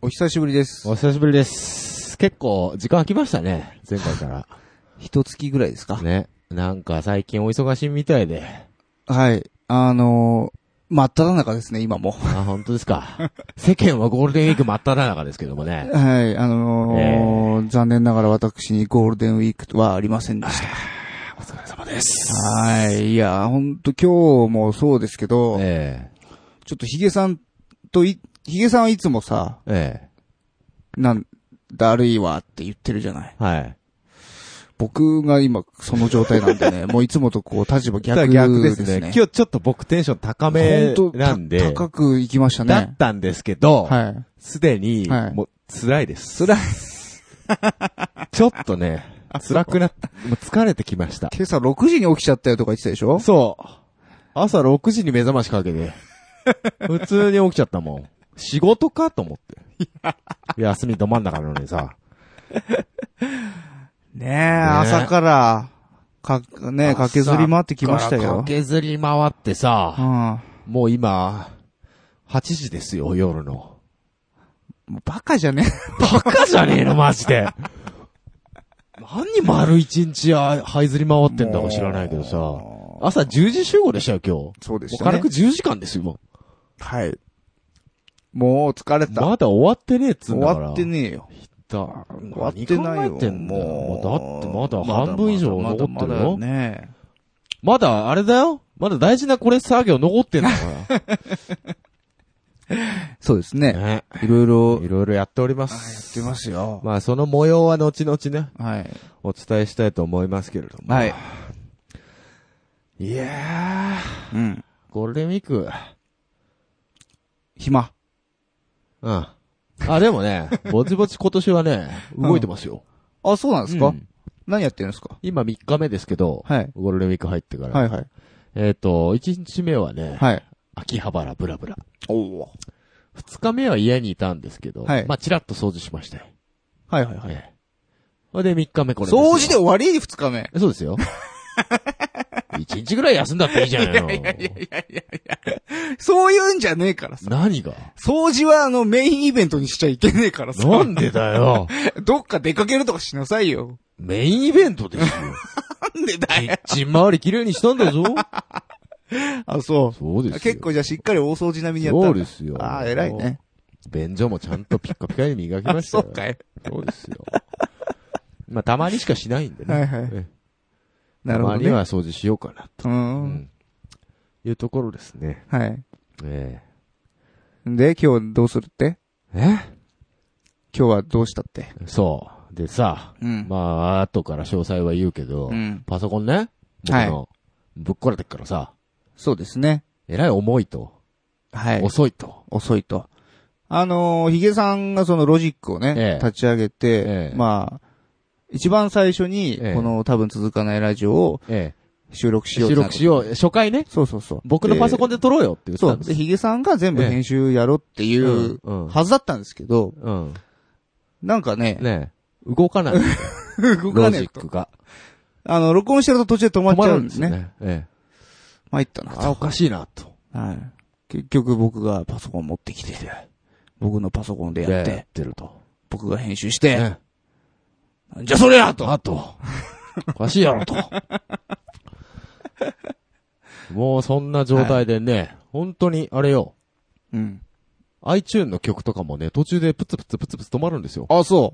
お久しぶりです。 お久しぶりです。結構時間空きましたね。前回から。 一月ぐらいですかね。なんか最近お忙しいみたいで。 はい。真っ只中ですね、今も。 あ、本当ですか。世間はゴールデンウィーク真っ只中ですけどもね。 はい。残念ながら私にゴールデンウィークはありませんでした。 お疲れ様です。 はい。いや、ほんと今日もそうですけど、ちょっとヒゲさんはいつもさ、だるいわって言ってるじゃない。 はい。 僕が今その状態なんでね、もういつもとこう立場逆ですね。 今日ちょっと僕テンション高めなんで。 高く行きましたね。 だったんですけど、 はい。 すでに、もう辛いです。 辛い。 ちょっとね、辛くなった。もう疲れてきました。 今朝6時に起きちゃったよとか言ってたでしょ？ そう。朝6時に目覚ましかけて、普通に起きちゃったもん。仕事かと思って。休みど真ん中なのにさ。 ねえ、朝から、駆けずり回ってきましたよ。 駆けずり回ってさ、もう今、8時ですよ、夜の。 もうバカじゃねえ。バカじゃねえの、マジで。何丸一日這いずり回ってんだか知らないけどさ、朝10時集合でしたよ、今日。 そうでしたね。 もう軽く10時間ですよ、もう。 はい。もう疲れた。 まだ終わってねえっつうんだから。 終わってねえよ。 終わってないよ。 もうだってまだ半分以上残ってるよ。 ね。 まだあれだよ。まだ大事なこれ作業残ってんだから。 そうですね。いろいろやっております。 やってますよ。 まあその模様は後々ね。 はい。 お伝えしたいと思いますけれども。 はい。 いやー。 うん。 ゴールデンウィーク。 暇。 うん。あ、でもね、ぼちぼち今年はね、動いてますよ。 あ、そうなんですか？何やってるんですか？ 今3日目ですけど、 はい。 ゴールデンウィーク入ってから。 はいはい。 1日目はね、 はい。 秋葉原ブラブラ。 おお。 2日目は家にいたんですけど、 はい。 まあ、チラッと掃除しましたよ。 はいはいはい。 それで3日目これ。 掃除で終わり？2日目。 そうですよ。1日ぐらい休んだっていいじゃないの。 いや。そういうんじゃねえからさ。 何が？ 掃除はメインイベントにしちゃいけねえからさ。 なんでだよ。 どっか出かけるとかしなさいよ。 メインイベントですよ。 なんでだよ。 キッチン周り綺麗にしたんだぞ。 あ、そう。 そうですよ。 結構じゃあしっかり大掃除並みにやった。 そうですよ。 ああ、偉いね。 便所もちゃんとピッカピカに磨きましたよ。 そうかい。 そうですよ。まあ、たまにしかしないんでね。 はいはい。なるほどね。 たまには掃除しようかなと。いうところですね。 はい。 で、 今日どうするって？今日はどうしたって？ そう。でさ、まあ、後から詳細は言うけど、パソコンね、僕の、ぶっ壊れてっからさ。 そうですね。 えらい重いと。 はい。 遅いと。 ヒゲさんがそのロジックをね、立ち上げて、まあ、一番最初に、この多分続かないラジオを、収録しよう。 初回ね。 そう。 僕のパソコンで撮ろうよって言ってたんです。 そう。で、ヒゲさんが全部編集やろうっていうはずだったんですけど、なんかね、 動かない。 動かない。ロジックが。 録音してると途中で止まっちゃうんですね。参ったなと。 おかしいなと。 はい。結局僕がパソコン持ってきて、僕のパソコンでやってると。僕が編集して、じゃそりゃと。 おかしいやろと。もうそんな状態でね、本当にあれよ。iTunes の曲とかもね、途中でプツプツ止まるんですよ。 あ、そう。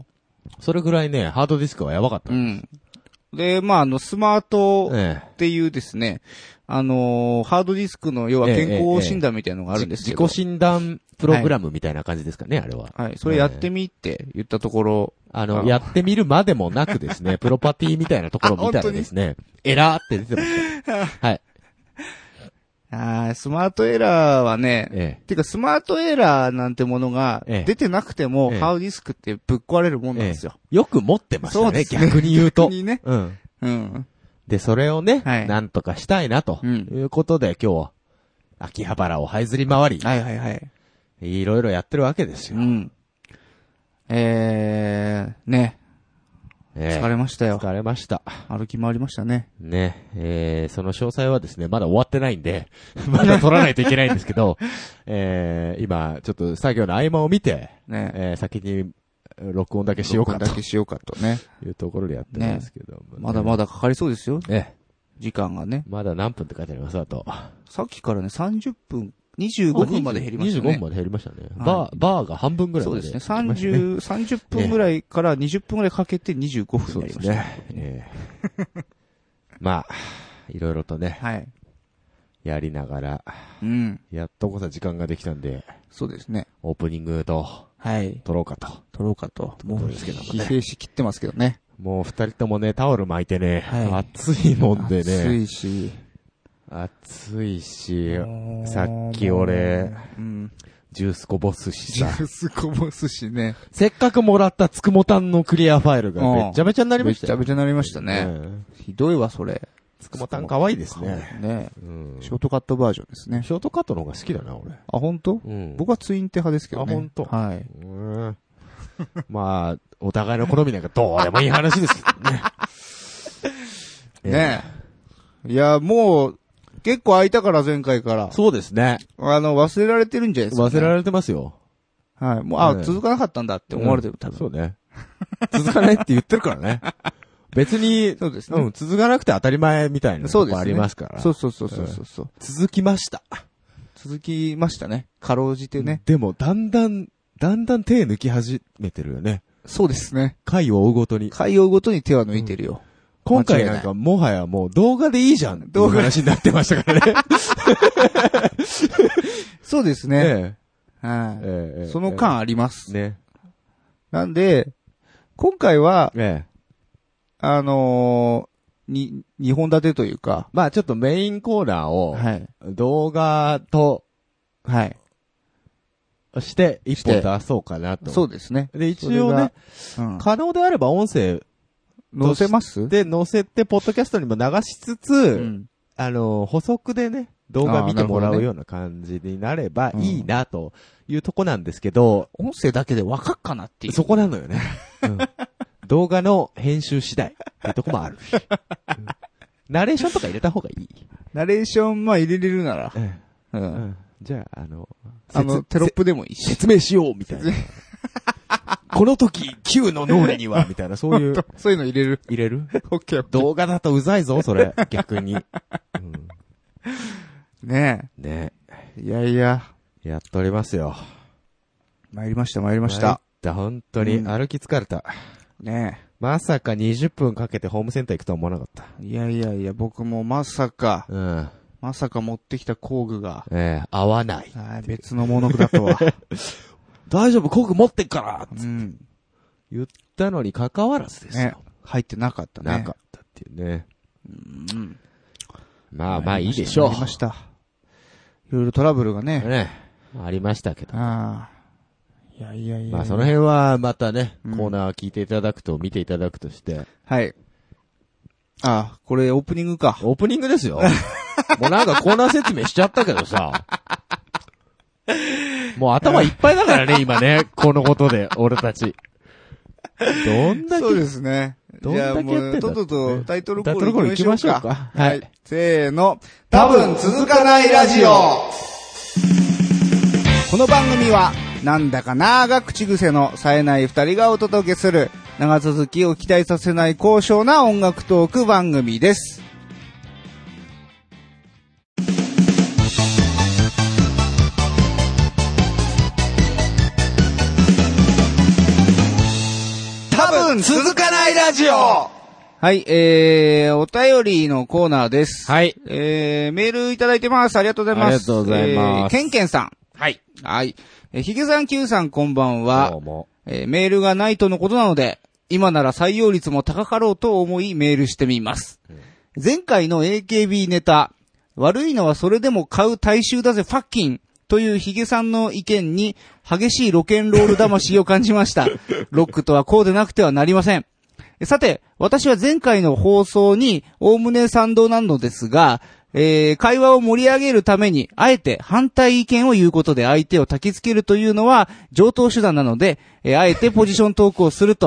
それぐらいね、ハードディスクはやばかったんです。 で、まあ、スマートっていうですね、ハードディスクの要は健康診断みたいなのがあるんですけど。 自己診断プログラムみたいな感じですかね、あれは。 はい。それやってみって言ったところ。 やってみるまでもなくですね、プロパティみたいなところ見たらですね、エラーって出てました。はい。 スマートエラーはね、てかスマートエラーなんてものが出てなくても、ハードディスクってぶっ壊れるもんなんですよ。 よく持ってましたね、逆に言うと。 逆にね。 で、それをね、なんとかしたいなということで、今日は、秋葉原を這いずり回り、いろいろやってるわけですよ。 ね。 疲れましたよ。 疲れました。 歩き回りましたね。 ね。その詳細はですね、まだ終わってないんで、まだ撮らないといけないんですけど、今、ちょっと作業の合間を見て、ね、先に録音だけしようかと。 録音だけしようかとね。 いうところでやってるんですけど、ね。 まだまだかかりそうですよ。時間がね。 まだ何分って書いてあります、あと。 さっきからね、30分、25分まで減りましたね。 25分まで減りましたね。バーが半分ぐらいまで。 そうですね。30分ぐらいから20分ぐらいかけて25分になりました。 ね。まあ、いろいろとね。 はい。 やりながら。やっとこそ時間ができたんで。 そうですね。 オープニングと。 はい。 撮ろうかと。 もうですけどもね。疲弊しきってますけどね。 もう二人ともね、タオル巻いてね。暑いもんでね。暑いし、さっき俺、ジュースこぼすしさ。 ジュースこぼすしね。 せっかくもらったつくもたんのクリアファイルがめちゃめちゃになりましたよ。 めちゃめちゃになりましたね。ひどいわ、それ。 つくもたん可愛いですね。 ね。ショートカットバージョンですね。 ショートカットの方が好きだな、俺。 あ、本当？僕はツインテ派ですけどね。 あ、本当？ はい。 まあ、お互いの好みなんかどうでもいい話ですけどね。ねえ。いや、もう、結構空いたから前回から。 そうですね。 忘れられてるんじゃないですか、 忘れられてますよ。 はい。もう、続かなかったんだって思われてる、多分。 そうね。続かないって言ってるからね。別に、 そうですね。 続かなくて当たり前みたいなとこありますから。 そう。続きました。続きましたね。かろうじてね。 でも、だんだん手抜き始めてるよね。 そうですね。 回を追うごとに手は抜いてるよ。 今回なんかもはやもう動画でいいじゃんっていう話になってましたからね。 そうですね。はい。その間あります。ね。なんで、今回は、2本立てというか。 まあちょっとメインコーナーを、動画と、して1本出そうかなと。 そうですね。 で、一応ね、可能であれば音声、 載せますで、載せて、ポッドキャストにも流しつつ、補足でね、動画見てもらうような感じになればいいな、というとこなんですけど、 音声だけでわかっかなっていう。 そこなのよね。動画の編集次第っていうとこもあるし。ナレーションとか入れた方がいい？ ナレーション、まあ入れれるなら。 じゃあ、 テロップでもいいし。 説明しようみたいな。この時、Q の脳裏には、みたいな、そういう。 そういうの入れる？ オッケー。動画だとうざいぞ、それ。逆に。 ねえ。 いやいや。 やっておりますよ。 参りました。 本当に、歩き疲れた。 ねえ。 まさか20分かけてホームセンター行くとは思わなかった。 いや、僕もまさか持ってきた工具が。 合わない。 別のものだとは。 大丈夫、工具持ってっから言ったのに関わらずですよ。ね、 入ってなかったね。 なかったっていうね。まあいいでしょう。 ありました。いろいろトラブルがね。 ありましたけど。 いや。 まあその辺はまたね、コーナー聞いていただくと、見ていただくとして。 はい。これオープニングか。 オープニングですよ。もうなんかコーナー説明しちゃったけどさ。もう頭いっぱいだからね、今ね。このことで、俺たち。どんだけ。 そうですね。 どんだけやってんだ。 じゃあもう、とっととタイトルコール行きましょうか。 はい。せーの。多分続かないラジオ。この番組は、なんだかなーが口癖の冴えない二人がお届けする、長続きを期待させない高尚な音楽トーク番組です。多分続かないラジオ。はい、お便りのコーナーです。 はい。 メールいただいてます。ありがとうございます。 ありがとうございます。 ケンさん。 はい。 はい。ヒゲさん、Qさん、こんばんは。 どうも。 メールがないとのことなので、今なら採用率も高かろうと思いメールしてみます。前回の AKB ネタ、悪いのはそれでも買う大衆だぜファッキンというヒゲさんの意見に激しいロケンロール魂を感じました。ロックとはこうでなくてはなりません。さて、私は前回の放送におおむね賛同なのですが、会話を盛り上げるために、あえて反対意見を言うことで相手を焚きつけるというのは上等手段なので、あえてポジショントークをすると、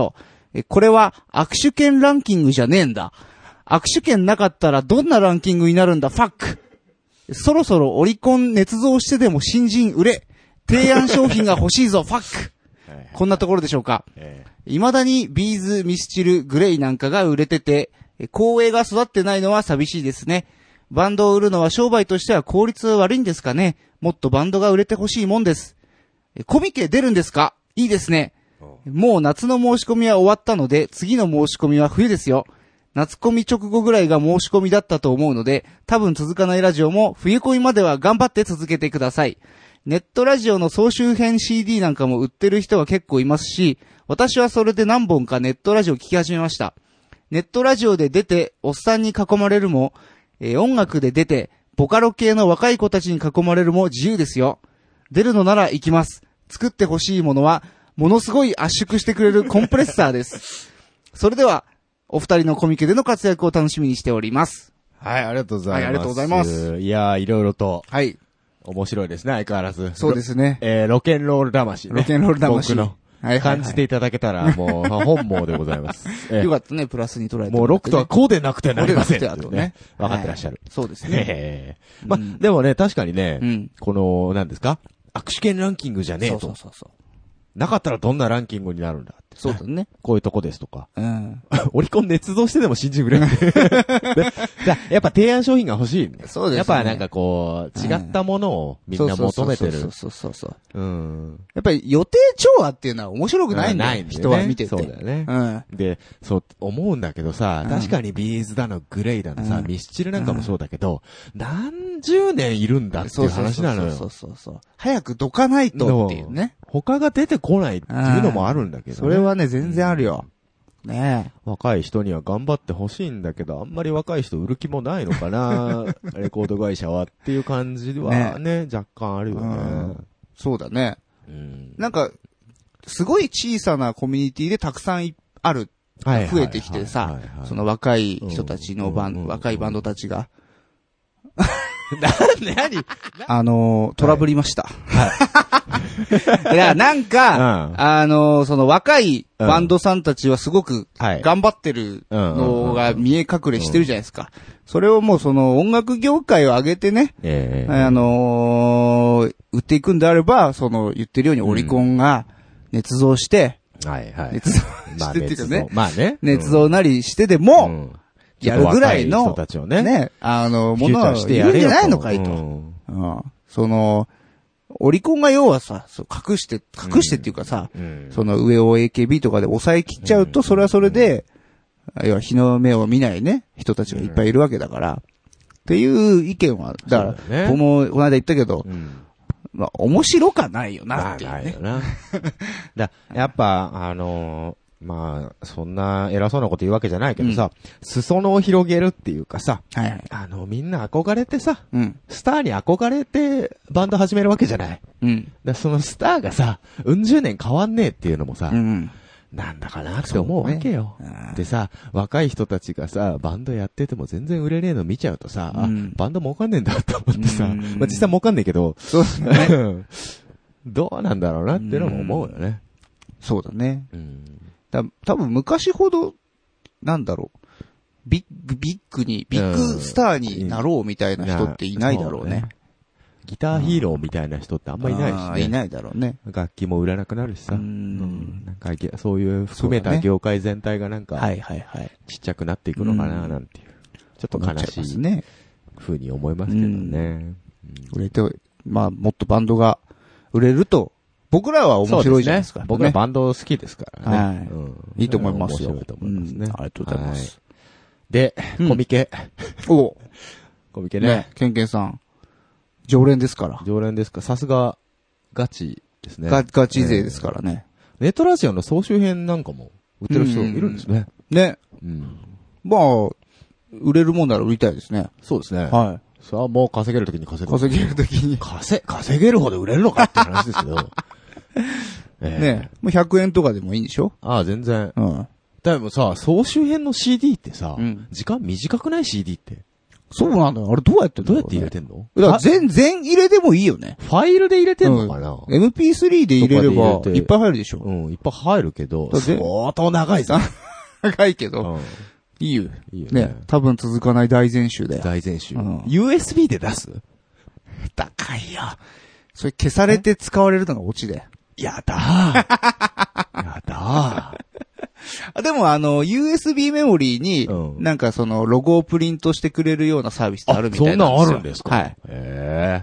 これは握手券ランキングじゃねえんだ。握手券なかったらどんなランキングになるんだ、ファック。そろそろオリコン捏造してでも新人売れ。提案商品が欲しいぞ、ファック。こんなところでしょうか。未だにビーズ、ミスチル、グレイなんかが売れてて、光栄が育ってないのは寂しいですね。バンドを売るのは商売としては効率悪いんですかね。もっとバンドが売れてほしいもんです。コミケ出るんですか？いいですね。もう夏の申し込みは終わったので、次の申し込みは冬ですよ。夏コミ直後ぐらいが申し込みだったと思うので、多分続かないラジオも冬コミまでは頑張って続けてください。ネットラジオの総集編 CD なんかも売ってる人は結構いますし、私はそれで何本かネットラジオ聞き始めました。ネットラジオで出て、おっさんに囲まれるも、音楽で出て、ボカロ系の若い子たちに囲まれるも自由ですよ。出るのなら行きます。作ってほしいものは、ものすごい圧縮してくれるコンプレッサーです。それでは、お二人のコミケでの活躍を楽しみにしております。 はい、ありがとうございます。 はい、ありがとうございます。 いやー、いろいろと。 はい。 面白いですね、相変わらず。 そうですね。 ロケンロール魂ね。 ロケンロール魂。 僕の。感じていただけたら、もう、本望でございます。 よかったね、プラスに捉えて、ね。 もう、ロックとはこうでなくてはなりません。 こうでなくてはとね。 分かってらっしゃる。 そうですね。 まあ、でもね、確かにね、この、何ですか？握手券ランキングじゃねえと。 そう。 なかったらどんなランキングになるんだって。 そうだね。 こういうとこですとか。オリコン捏造してでも新人売れない。やっぱ提案商品が欲しい。 そうですね。 やっぱなんかこう、違ったものをみんな求めてる。 そう。やっぱり予定調和っていうのは面白くないんだよ。人は見てて。 そうだよね。で、そう思うんだけどさ、確かにビーズだの、グレイだのさ、ミスチルなんかもそうだけど、何十年いるんだっていう話なのよ。 そう。早くどかないとっていうね。 他が出てこないっていうのもあるんだけどね。 それはね、全然あるよ。ねえ。 若い人には頑張ってほしいんだけど、あんまり若い人売る気もないのかなレコード会社はっていう感じはね、若干あるよね。 そうだね。なんか、すごい小さなコミュニティでたくさんある。増えてきてさ、その若い人たちの若いバンドたちが。トラブりました。いや、なんか、その若いバンドさんたちはすごく頑張ってるのが見え隠れしてるじゃないですか。それをもうその音楽業界を上げてね、売っていくんであれば、その言ってるようにオリコンが捏造して、捏造してっていうかね、捏造なりしてでも、やるぐらいの、ね、ものはいるんじゃないのかいと。その、オリコンが要はさ、隠してっていうかさ、その上を AKB とかで抑え切っちゃうと、それはそれで、要は日の目を見ないね、人たちがいっぱいいるわけだから、っていう意見は、だから、僕もこの間言ったけど、まあ、面白かないよなっていうね。 やっぱ、まあ、そんな偉そうなこと言うわけじゃないけどさ、裾野を広げるっていうかさ、みんな憧れてさ、スターに憧れてバンド始めるわけじゃない。そのスターがさ、うん十年変わんねえっていうのもさ、なんだかなって思うわけよ。でさ、若い人たちがさ、バンドやってても全然売れねえの見ちゃうとさ、バンド儲かんねえんだと思ってさ、まあ実際儲かんねえけど、 そうですね。 どうなんだろうなっていうのも思うよね。 そうだね。多分昔ほど、なんだろう、ビッグスターになろうみたいな人っていないだろうね。 ギターヒーローみたいな人ってあんまいないしね。 いないだろうね。 楽器も売れなくなるしさ。なんかそういう含めた業界全体がなんか、ちっちゃくなっていくのかななんていう。ちょっと悲しい風に思いますけどね。 売れて、まあもっとバンドが売れると、僕らは面白いじゃないですか。 僕らバンド好きですからね。 いいと思いますよ。 面白いと思いますね。 ありがとうございます。 で、コミケ。コミケね。 ケンケンさん。常連ですから。 常連ですか。さすが、ガチですね。 ガチ勢ですからね。 ネットラジオの総集編なんかも売ってる人いるんですね。 ね。まあ、売れるもんなら売りたいですね。 そうですね。 はい。 さあ、もう稼げるときに稼げるほど売れるのかって話ですけど。 ねもう100円とかでもいいんでしょ？ ああ、全然。でもさ、総集編の CD ってさ、時間短くない CD って。 そうなんだよ。あれどうやって入れてんの？ だから全入れでもいいよね。 ファイルで入れてんのかな、 MP3 で入れれば、いっぱい入るでしょ。 いっぱい入るけど、相当長いぞ。 長いけど、いいよ。いいよね。多分続かない大全集だよ。 大全集。USB で出す？ 高いよ。それ消されて使われるのがオチで。 やだー。やだー。でもUSB メモリーに、なんかそのロゴをプリントしてくれるようなサービスってあるみたいなんですよ。 そんなんあるんですか？ はい。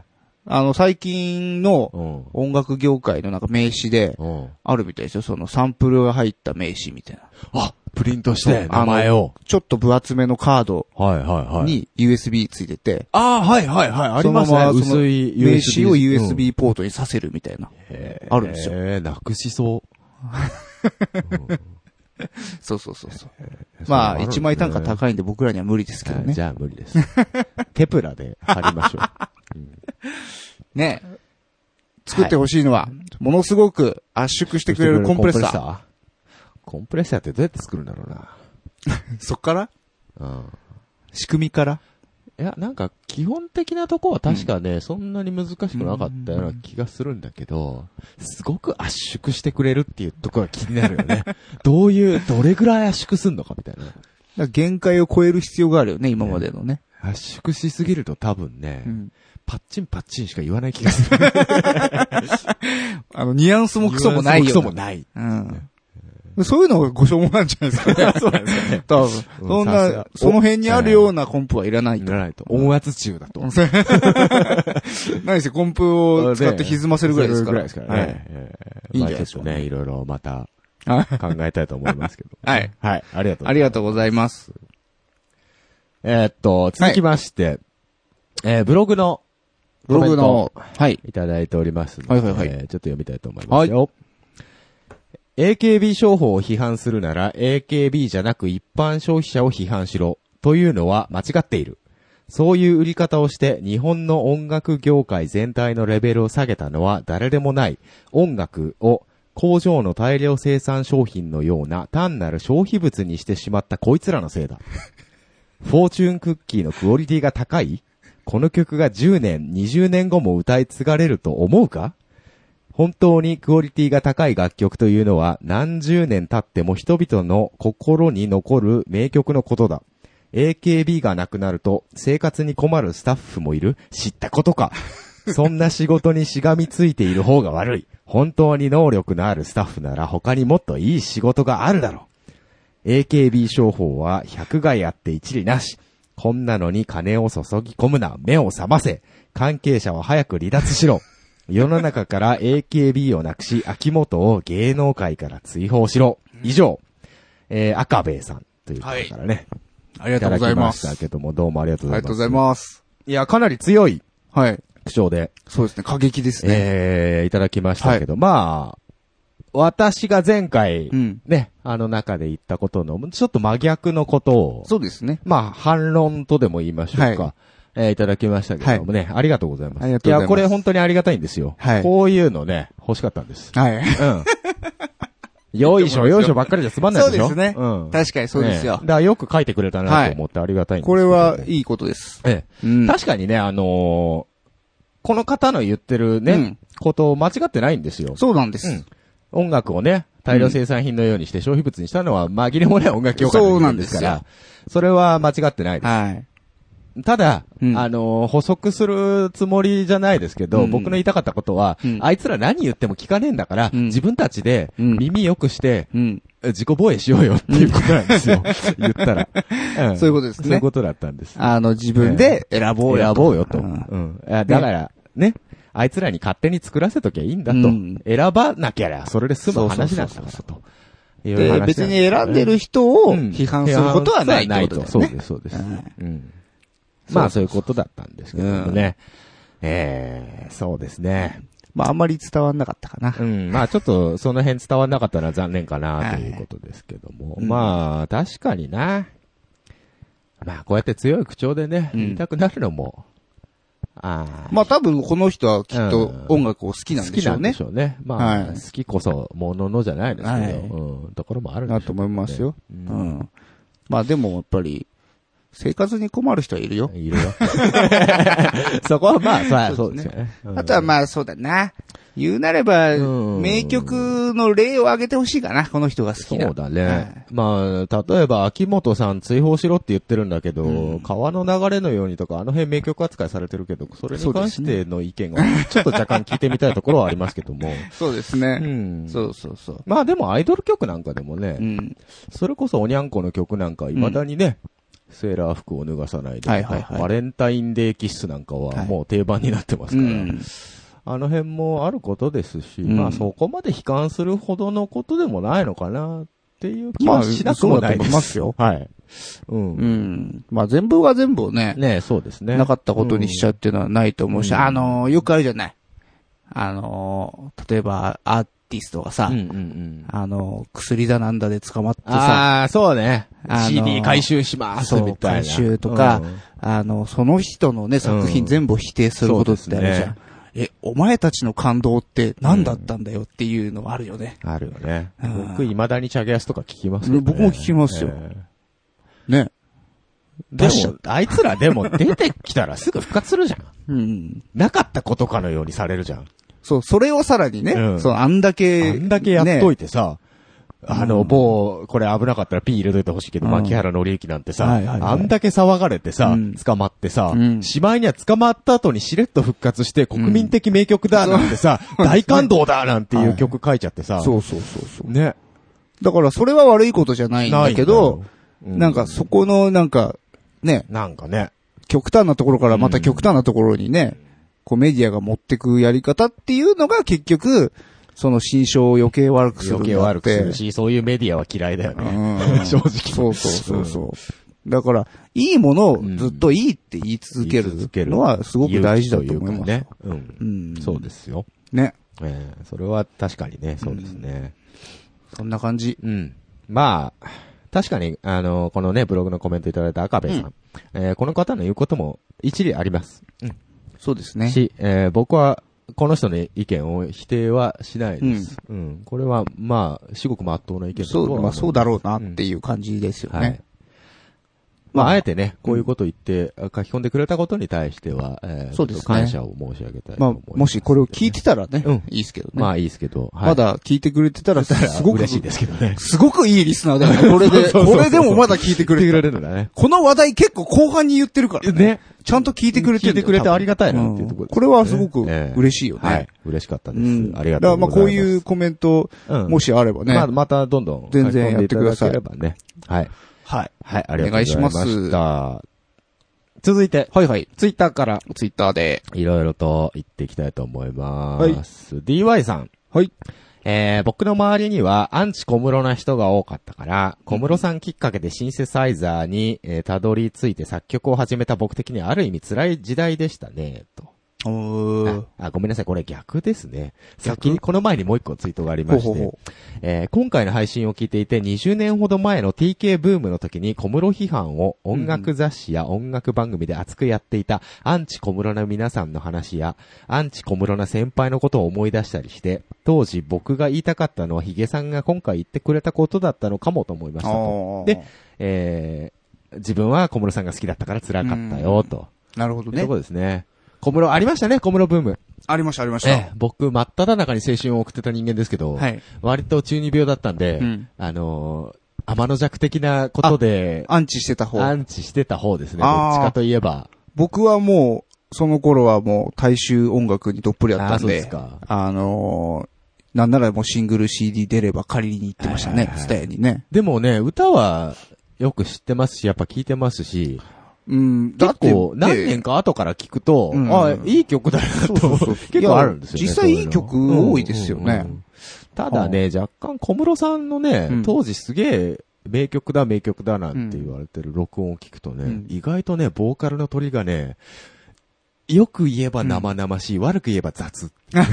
最近の音楽業界のなんか名刺で、あるみたいですよ。そのサンプルが入った名刺みたいな。 プリントして、名前を。 ちょっと分厚めのカードに USB ついてて。 ありますね。薄い名刺を USB ポートにさせるみたいな。あるんですよ。 なくしそう。 そう。まあ、1枚単価高いんで僕らには無理ですけどね。 じゃあ無理です。テプラで貼りましょう。ね。作ってほしいのは、ものすごく圧縮してくれるコンプレッサー。 コンプレッサーってどうやって作るんだろうな。 そっから仕組みからいや、なんか、基本的なとこは確かね、そんなに難しくなかったような気がするんだけど、すごく圧縮してくれるっていうところが気になるよね。どれぐらい圧縮すんのかみたいな。 限界を超える必要があるよね、今までのね。 圧縮しすぎると多分ね、パッチンしか言わない気がする。 ニュアンスもクソもないよ。 クソもない。 そういうのがご所望なんじゃないですかね。 そうなんですよね。 多分。その辺にあるようなコンプはいらないと。 いらないと。音圧中だと。 何せコンプを使って歪ませるぐらいですから。 いいんじゃないですかね。いろいろまた考えたいと思いますけど。 はい。 はい。ありがとうございます。続きまして、ブログの、 はい。 いただいておりますので、ちょっと読みたいと思いますよ。AKB 商法を批判するなら AKB じゃなく一般消費者を批判しろというのは間違っている。そういう売り方をして日本の音楽業界全体のレベルを下げたのは誰でもない音楽を工場の大量生産商品のような単なる消費物にしてしまったこいつらのせいだ。フォーチュンクッキーのクオリティが高い？この曲が10年、20年後も歌い継がれると思うか？本当にクオリティが高い楽曲というのは何十年経っても人々の心に残る名曲のことだ。AKB がなくなると生活に困るスタッフもいる？知ったことか。そんな仕事にしがみついている方が悪い。本当に能力のあるスタッフなら他にもっといい仕事があるだろう。AKB 商法は百害あって一理なし。こんなのに金を注ぎ込むな。目を覚ませ。関係者は早く離脱しろ。世の中から AKB をなくし、秋元を芸能界から追放しろ。以上、赤兵衛さんという方からね。 ありがとうございます。 いただきましたけども、どうもありがとうございます。 ありがとうございます。 いや、かなり強い。口調で。 そうですね、過激ですね。 いただきましたけど、まあ、私が前回、ね、中で言ったことの、ちょっと真逆のことを。 そうですね。 まあ、反論とでも言いましょうか。いただきましたけどもね、ありがとうございます。 ありがとうございます。 いや、これ本当にありがたいんですよ。こういうのね、欲しかったんです。よいしょばっかりじゃつまんないでしょ。 そうですね。確かにそうですよ。 だからよく書いてくれたなと思ってありがたいんです。 これはいいことです。 確かにね、この方の言ってるね、こと間違ってないんですよ。 そうなんです。 音楽をね、大量生産品のようにして消費物にしたのは紛れもない音楽業界の人ですから、それは間違ってないです。ただ、補足するつもりじゃないですけど、僕の言いたかったことは、あいつら何言っても聞かねえんだから、自分たちで耳良くして、自己防衛しようよっていうことなんですよ。言ったら。 そういうことですね。 そういうことだったんです。 自分で選ぼうよと。だから、ね、あいつらに勝手に作らせときゃいいんだと。選ばなきゃそれで済む話なんだからと。 別に選んでる人を批判することはないってことですね。 そうです。まあそういうことだったんですけどもね。そうですね。 まああんまり伝わんなかったかな。 まあちょっとその辺伝わんなかったのは残念かなということですけども。まあ確かにな。まあこうやって強い口調でね、言いたくなるのも。 まあ多分この人はきっと音楽を好きなんでしょうね。 好きなんでしょうね。まあ好きこそもののじゃないですけど、ところもあるんでしょうね。 なと思いますよ。まあでもやっぱり、 生活に困る人はいるよ。 いるよ。そこはまあ、そうですよね。 あとはまあそうだな。言うなれば、名曲の例を挙げてほしいかな、この人が好きな。 そうだね。まあ、例えば、秋元さん追放しろって言ってるんだけど、川の流れのようにとか、あの辺名曲扱いされてるけど、それに関しての意見が、ちょっと若干聞いてみたいところはありますけども。 そうですね。そうそうそう。 まあでもアイドル曲なんかでもね、それこそおにゃんこの曲なんか、未だにね、セーラー服を脱がさないで、バレンタインデーキッスなんかはもう定番になってますから、あの辺もあることですし、まあそこまで悲観するほどのことでもないのかなっていう気はしなくもないです。 まあ、そうだと思いますよ。 はい。 まあ全部が全部をね、 そうですね。 なかったことにしちゃうっていうのはないと思うし、よくあるじゃない。例えばアーティストがさ、薬だなんだで捕まってさ、 そうね。CD 回収しますみたいな。 回収とか、その人のね、作品全部否定することってあるじゃん。お前たちの感動って何だったんだよっていうのあるよね。 あるよね。僕未だにチャゲアスとか聞きますよね。 僕も聞きますよ。ね。 でも、あいつらでも出てきたらすぐ復活するじゃん。なかったことかのようにされるじゃん。 そう、それをさらにね、あんだけやっといてさ、これ危なかったら P 入れといてほしいけど、牧原紀之なんてさ、あんだけ騒がれてさ、捕まってさ、しまいには捕まった後にしれっと復活して国民的名曲だなんてさ、大感動だなんていう曲書いちゃってさ。 そう。 ね。 だからそれは悪いことじゃないんだけど、なんかそこのなんかね、極端なところからまた極端なところにね、こうメディアが持ってくやり方っていうのが結局、その心象を余計悪くするんだって。 余計悪くするし、そういうメディアは嫌いだよね。正直。 そう。だから、いいものをずっといいって言い続けるのはすごく大事だと思います。 ね。そうですよ。 ね。 それは確かにね、そうですね。 そんな感じ。 まあ、確かに、このね、ブログのコメントいただいた赤部さん。この方の言うことも一理あります。 そうですね。 僕は、この人の意見を否定はしないです。これは、まあ、至極真っ当な意見だと思います。 そうだろうなっていう感じですよね。 まあ、あえてね、こういうことを言って書き込んでくれたことに対しては、そうですね。感謝を申し上げたいと思います。 まあ、もしこれを聞いてたらね、いいですけどね。 まあ、いいですけど。 まだ聞いてくれてたら、すごく嬉しいですけどね。 すごくいいリスナーだよね。これでもまだ聞いてくれるんだね。 この話題結構後半に言ってるからね。ちゃんと聞いてくれてる。 聞いてくれてありがたいなっていうところです。 これはすごく嬉しいよね。 はい。嬉しかったです。ありがとうございます。 だからまあこういうコメント、もしあればね。 またどんどん。 全然やってください。 はい。はい。はい、ありがとうございました。お願いします。続いて、ツイッターから、 ツイッターで、 いろいろと言っていきたいと思います。DY さん。僕の周りにはアンチ小室な人が多かったから、小室さんきっかけでシンセサイザーに、たどり着いて作曲を始めた僕的にはある意味辛い時代でしたね、と。ごめんなさい、これ逆ですね。先にこの前にもう一個ツイートがありまして、今回の配信を聞いていて20年ほど前の TK ブームの時に小室批判を音楽雑誌や音楽番組で熱くやっていたアンチ小室な皆さんの話やアンチ小室な先輩のことを思い出したりして、当時僕が言いたかったのはヒゲさんが今回言ってくれたことだったのかもと思いましたと。で、自分は小室さんが好きだったから辛かったよと。 なるほどね。 そうですね。小室ありましたね、小室ブーム。 ありました。 僕、真っ只中に青春を送ってた人間ですけど、割と中二病だったんで、天の弱的なことで、 アンチしてた方ですね。どっちかといえば。 僕はもう、その頃はもう大衆音楽にどっぷりあったんで、 そうですか。 なんならもうシングル CD 出れば借りに行ってましたね、スタヤにね。 でもね、歌はよく知ってますし、やっぱ聴いてますし、 だって結構何年か後から聞くと、いい曲だなと結構あるんですよね。 実際いい曲多いですよね。 ただね、若干小室さんのね、当時すげえ名曲だなんて言われてる録音を聞くとね、意外とね、ボーカルの取りがね、よく言えば生々しい、悪く言えば雑。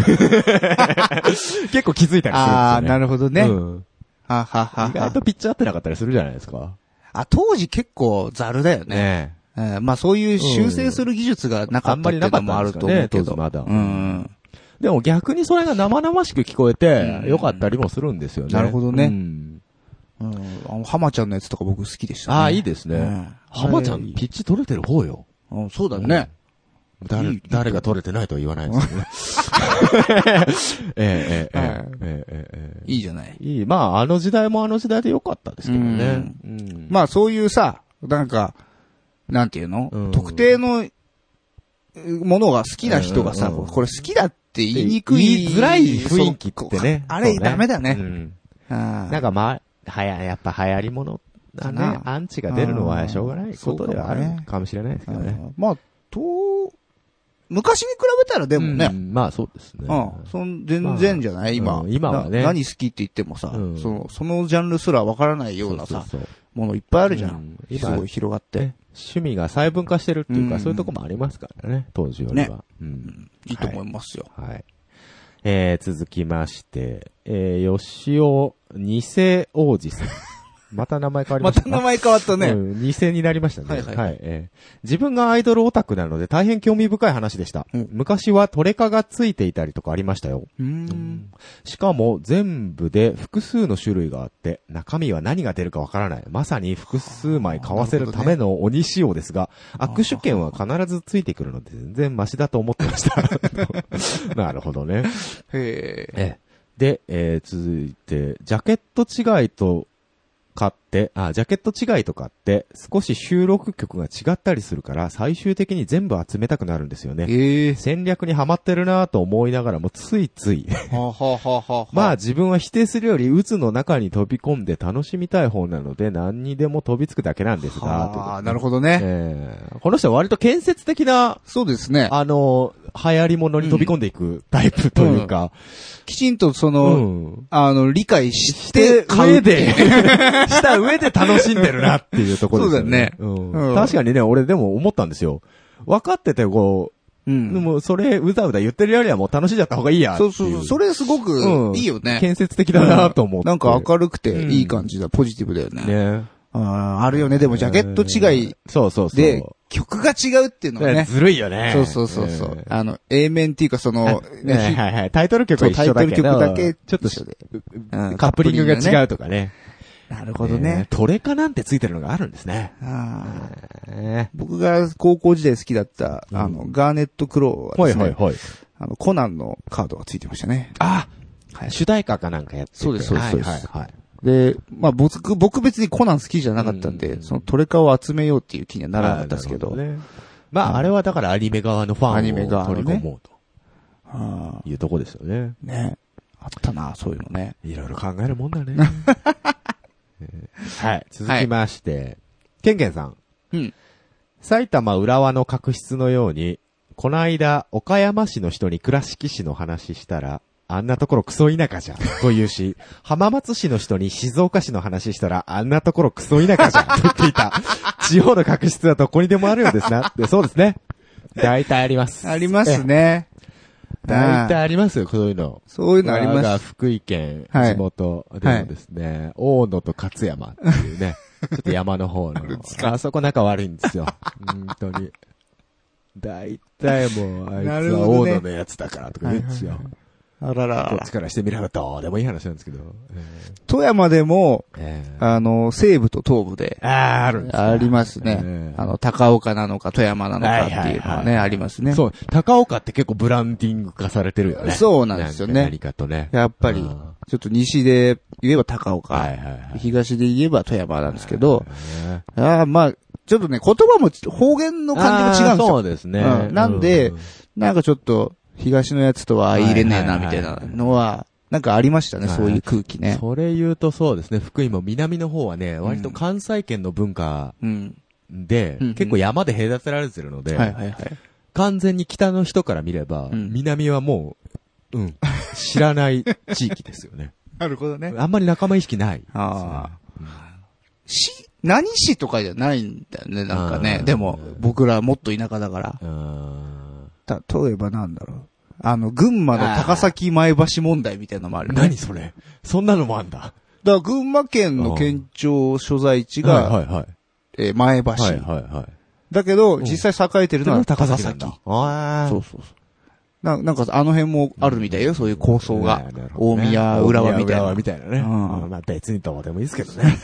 結構気づいたりするんですよね。 なるほどね。 意外とピッチ合ってなかったりするじゃないですか。 当時結構ザルだよね。まあそういう修正する技術がなかったっていうのもあると思うけど。 まだ。でも逆にそれが生々しく聞こえて、良かったりもするんですよね。 なるほどね。 浜ちゃんのやつとか僕好きでしたね。 ああ、いいですね。浜ちゃん、ピッチ取れてる方よ。 そうだね。 誰が取れてないとは言わないですけどね。 いいじゃない。 いい。まあ、あの時代もあの時代で良かったですけどね。 まあ、そういうさ、なんか、なんていうの、特定のものが好きな人がさ、これ好きだって言いにくい。 言いづらい雰囲気ってね。 あれ、ダメだね。 なんかまあ、やっぱ流行り物だね。アンチが出るのはしょうがないことではあるかもしれないですけどね。 まあ、昔に比べたらでもね。 まあそうですね。 全然じゃない今。 今はね。 何好きって言ってもさ、そのジャンルすらわからないようなさ、ものいっぱいあるじゃん。すごい広がって。 趣味が細分化してるっていうか、そういうとこもありますからね、当時よりは。 いいと思いますよ。 はい。続きまして、吉尾偽王子さん。また名前変わりました。 また名前変わったね。 偽になりましたね。はい。自分がアイドルオタクなので大変興味深い話でした。昔はトレカがついていたりとかありましたよ。しかも全部で複数の種類があって、中身は何が出るかわからない。まさに複数枚買わせるための鬼仕様ですが、握手券は必ずついてくるので全然マシだと思ってました。なるほどね。で、続いて、ジャケット違いと買って、ジャケット違いとかって少し収録曲が違ったりするから最終的に全部集めたくなるんですよね。戦略にはまってるなぁと思いながらもついつい。まあ自分は否定するより渦の中に飛び込んで楽しみたい方なので何にでも飛びつくだけなんですが。 なるほどね。 この人は割と建設的な、 そうですね。 流行り物に飛び込んでいくタイプというか。 きちんと理解してした上で楽しんでるなっていうところですよね。 そうだね。 確かにね、俺でも思ったんですよ。分かっててでもそれうだうだ言ってるよりはもう楽しんじゃった方がいいや。 そう。それすごくいいよね。 建設的だなと思って。 なんか明るくていい感じだ。ポジティブだよね。あるよね。でもジャケット違いで曲が違うっていうのはね。 ずるいよね。 そう。A 面っていうかタイトル曲は一緒だけど。 タイトル曲だけちょっとカップリングが違うとかね。 なるほどね。 トレカなんてついてるのがあるんですね。 僕が高校時代好きだった、ガーネットクローはですね、コナンのカードがついてましたね。 主題歌かなんかやってて。 そうです。で、まあ僕別にコナン好きじゃなかったんで、そのトレカを集めようっていう気にはならなかったですけど。 まああれはだからアニメ側のファンを取り込もうと。いうとこですよね。 ね。あったな、そういうのね。 いろいろ考えるもんだね。はい。続きまして、ケンケンさん。埼玉浦和の確執のように、この間、岡山市の人に倉敷市の話したら、あんなところクソ田舎じゃん、と言うし、浜松市の人に静岡市の話したら、あんなところクソ田舎じゃん、と言っていた。地方の確執はどこにでもあるようですな。そうですね。大体あります。 ありますね。 大体ありますよ、そういうの。 そういうのあります。 福井県、地元でもですね、大野と勝山っていうね、ちょっと山の方の。あそこ仲悪いんですよ。本当に。大体もう、あいつは大野のやつだからとか言うんですよ。 あらら。 こっちからしてみればどうでもいい話なんですけど。 富山でも、西部と東部で。 あるんですか。 ありますね。高岡なのか富山なのかっていうのはね、ありますね。 そう、高岡って結構ブランディング化されてるよね。 そうなんですよね。 何かとね。 やっぱり、ちょっと西で言えば高岡。東で言えば富山なんですけど、まあ、ちょっとね、言葉も方言の感じも違うんですよ。 そうですね。 なんで、なんかちょっと、東のやつとは相入れねえな、みたいなのは、なんかありましたね、そういう空気ね。 それ言うとそうですね、福井も南の方はね、割と関西圏の文化で、結構山で隔てられてるので、完全に北の人から見れば、南はもう、知らない地域ですよね。 なるほどね。 あんまり仲間意識ない。 何市とかじゃないんだよね、なんかね。でも、僕らもっと田舎だから。例えばなんだろう。群馬の高崎前橋問題みたいなのもあるね。 何それ？そんなのもあんだ。 だから群馬県の県庁所在地が、前橋。だけど、実際栄えてるのは高崎。 そう。 なんかあの辺もあるみたいよ、そういう構想が。大宮浦和みたいな。 大宮浦和みたいなね。まあ別にどうでもいいですけどね。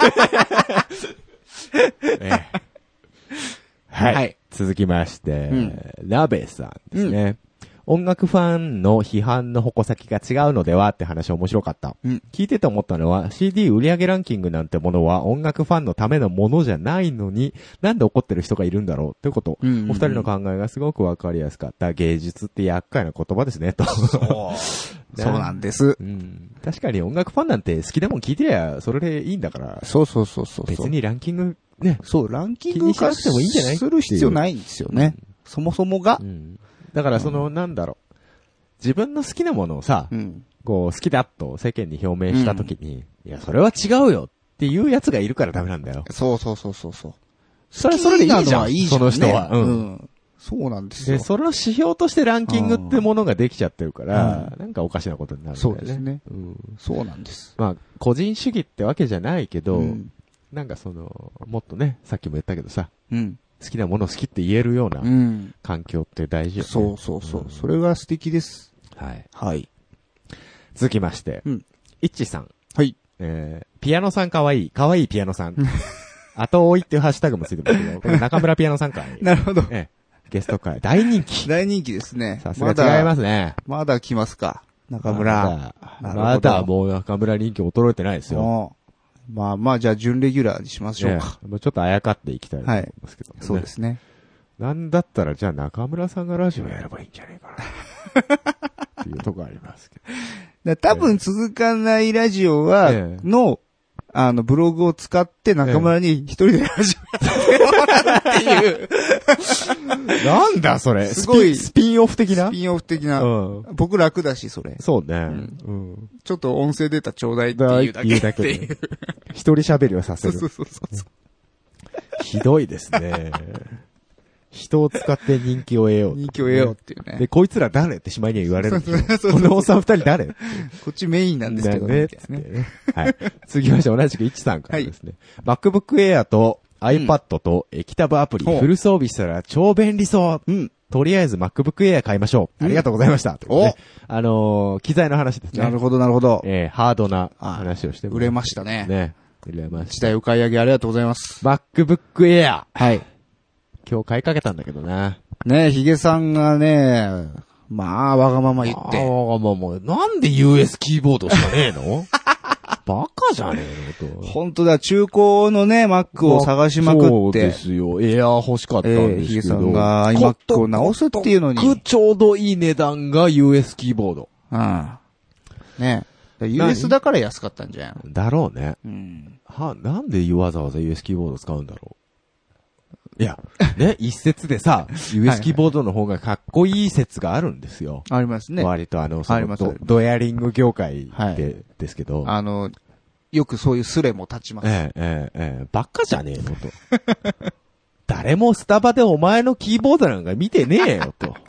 はい。続きまして、ラベさんですね。音楽ファンの批判の矛先が違うのではって話面白かった。聞いてて思ったのは CD 売上ランキングなんてものは音楽ファンのためのものじゃないのになんで怒ってる人がいるんだろうってこと。お二人の考えがすごくわかりやすかった。芸術って厄介な言葉ですねと。 そうなんです、 確かに音楽ファンなんて好きなもん聞いてりゃそれでいいんだから。 そう。 別にランキングね。 そう、ランキング化してもいいんじゃないする必要ないんですよね。そもそもが。 だからなんだろう。自分の好きなものをさ、こう好きだと世間に表明したときに、いや、それは違うよっていうやつがいるからダメなんだよ。 そう。それでいいじゃん。その人は。 そうなんですよ。 で、それを指標としてランキングってものができちゃってるから、なんかおかしなことになるんだよね。 そうですね。そうなんです。 まあ、個人主義ってわけじゃないけど、なんかもっとね、さっきも言ったけどさ、好きなものを好きって言えるような環境って大事よね。 そう。それが素敵です。 はい。続きまして、イッチさん。 はい。 ピアノさんかわいいピアノさん。後追いっていうハッシュタグもついてますけど、これ中村ピアノさん会。 なるほど。 ゲスト会。大人気ですね。 さすが違いますね。 まだ来ますか。中村。 まだもう中村人気衰えてないですよ。 まあ、じゃあ準レギュラーにしましょうか。 ちょっとあやかっていきたいと思いますけど、 そうですね。 なんだったら、じゃあ中村さんがラジオやればいいんじゃないかな。っていうとこありますけど。多分続かないラジオは、ブログを使って中村に一人でラジオやってもらうっていう。 なんだそれ。すごい。スピンオフ的な。 僕楽だし、それ。 そうね。 ちょっと音声データちょうだいっていうだけっていう。 一人喋りをさせる。 そう。 ひどいですね。人を使って人気を得よう。 っていうね。 で、こいつら誰ってしまいには言われるんですよ。このおっさん二人誰こっちメインなんですけどね。 はい。続きまして同じくイチさんからですね。MacBook Air と iPad と液タブアプリフル装備したら超便利そう。とりあえず MacBook Air 買いましょう。ありがとうございました。機材の話ですね。 なるほど。 ハードな話をして売れましたね。 売れました。 時代お買い上げありがとうございます。 MacBook Air。 はい。 今日買いかけたんだけどな。 ねえ、ヒゲさんがね、まあ、わがまま言って。 わがまま。なんで US キーボードしかねえのバカじゃねえのと。 本当だ、中古のね、Mac を探しまくって。そうですよ。エアー欲しかったんですけど。 ヒゲさんが iMac を直すっていうのに。 ちょうどいい値段が US キーボード。 ねえ。US だから安かったんじゃん。 だろうね。なんでわざわざ US キーボード使うんだろう。いや、ね、一説でさ、US キーボードの方がかっこいい説があるんですよ。 ありますね。 割とドヤリング業界ですけど。 よくそういうスレも立ちます。 ばっかじゃねえのと。誰もスタバでお前のキーボードなんか見てねえよと。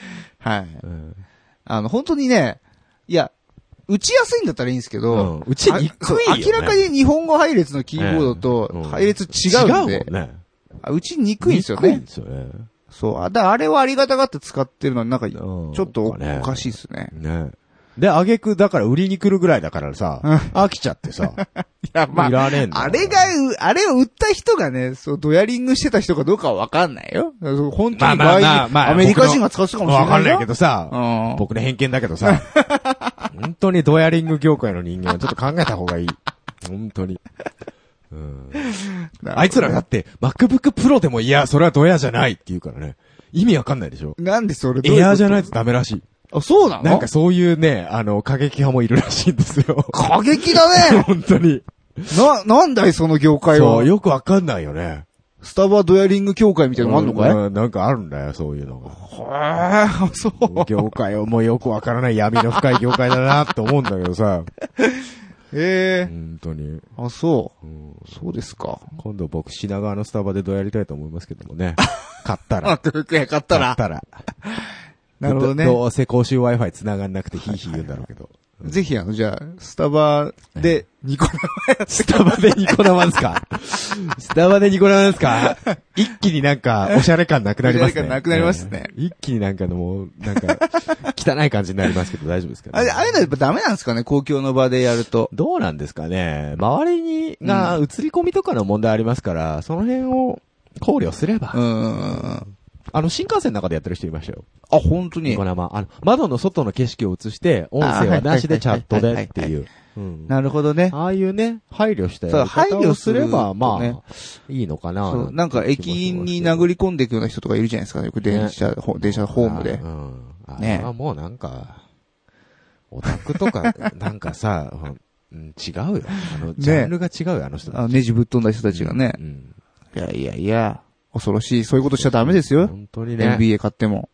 本当にね、いや、打ちやすいんだったらいいんですけど、 打ちにくいよね。 明らかに日本語配列のキーボードと配列違うんで。 違うもんね。 打ちにくいんですよね。 にくいんですよね。 そう。あれはありがたがって使ってるのになんか、ちょっとおかしいですね。 で、挙句だから売りに来るぐらいだからさ、飽きちゃってさ。 いや、まあ、 いらねえんだ。 あれを売った人がね、ドヤリングしてた人かどうかはわかんないよ。本当に場合に、アメリカ人が使ってたかもしれない。 わかんないけどさ、僕の偏見だけどさ、本当にドヤリング業界の人間はちょっと考えた方がいい。本当に。あいつらだって、MacBook Pro でもいや、それはドヤじゃないって言うからね。意味わかんないでしょ。 なんでそれエアーじゃないとダメらしい。 あ、そうなの？ なんかそういうね、過激派もいるらしいんですよ。 過激だね本当に。 なんだいその業界は。 そう、よくわかんないよね。 スタバドヤリング協会みたいなのあんのかい？ なんかあるんだよ、そういうのが。 そう。 業界はもうよくわからない闇の深い業界だなって思うんだけどさ。本当に。 そう。そうですか。 今度僕品川のスタバでどうやりたいと思いますけどもね。買ったら。 買ったら。 なるほどね。 どうせ公衆 Wi-Fi 繋がんなくてヒーヒー言うんだろうけど。 ぜひじゃあ、スタバでニコ生やスタバでニコ生ですかスタバでニコ生ですか一気になんか、おしゃれ感なくなりますね。おしゃれ感なくなりますね。 一気になんかもう、なんか、汚い感じになりますけど大丈夫ですかね。 あれやっぱダメなんですかね、公共の場でやると。 どうなんですかね。周りに、映り込みとかの問題ありますから、その辺を考慮すれば。新幹線の中でやってる人いましたよ。 あ、本当に。 ニコ生。窓の外の景色を映して、音声はなしでチャットでっていう。 なるほどね。 ああいうね、配慮したやり方をすれば、まあ、いいのかな。 なんか駅員に殴り込んでいくような人とかいるじゃないですか、よく電車ホームで。 ね。もうなんか、オタクとか、なんかさ、違うよ。ジャンルが違うよ、あの人たち。 ネジぶっ飛んだ人たちがね。いや。恐ろしい。そういうことしちゃダメですよ。 本当にね。 NBA 買っても。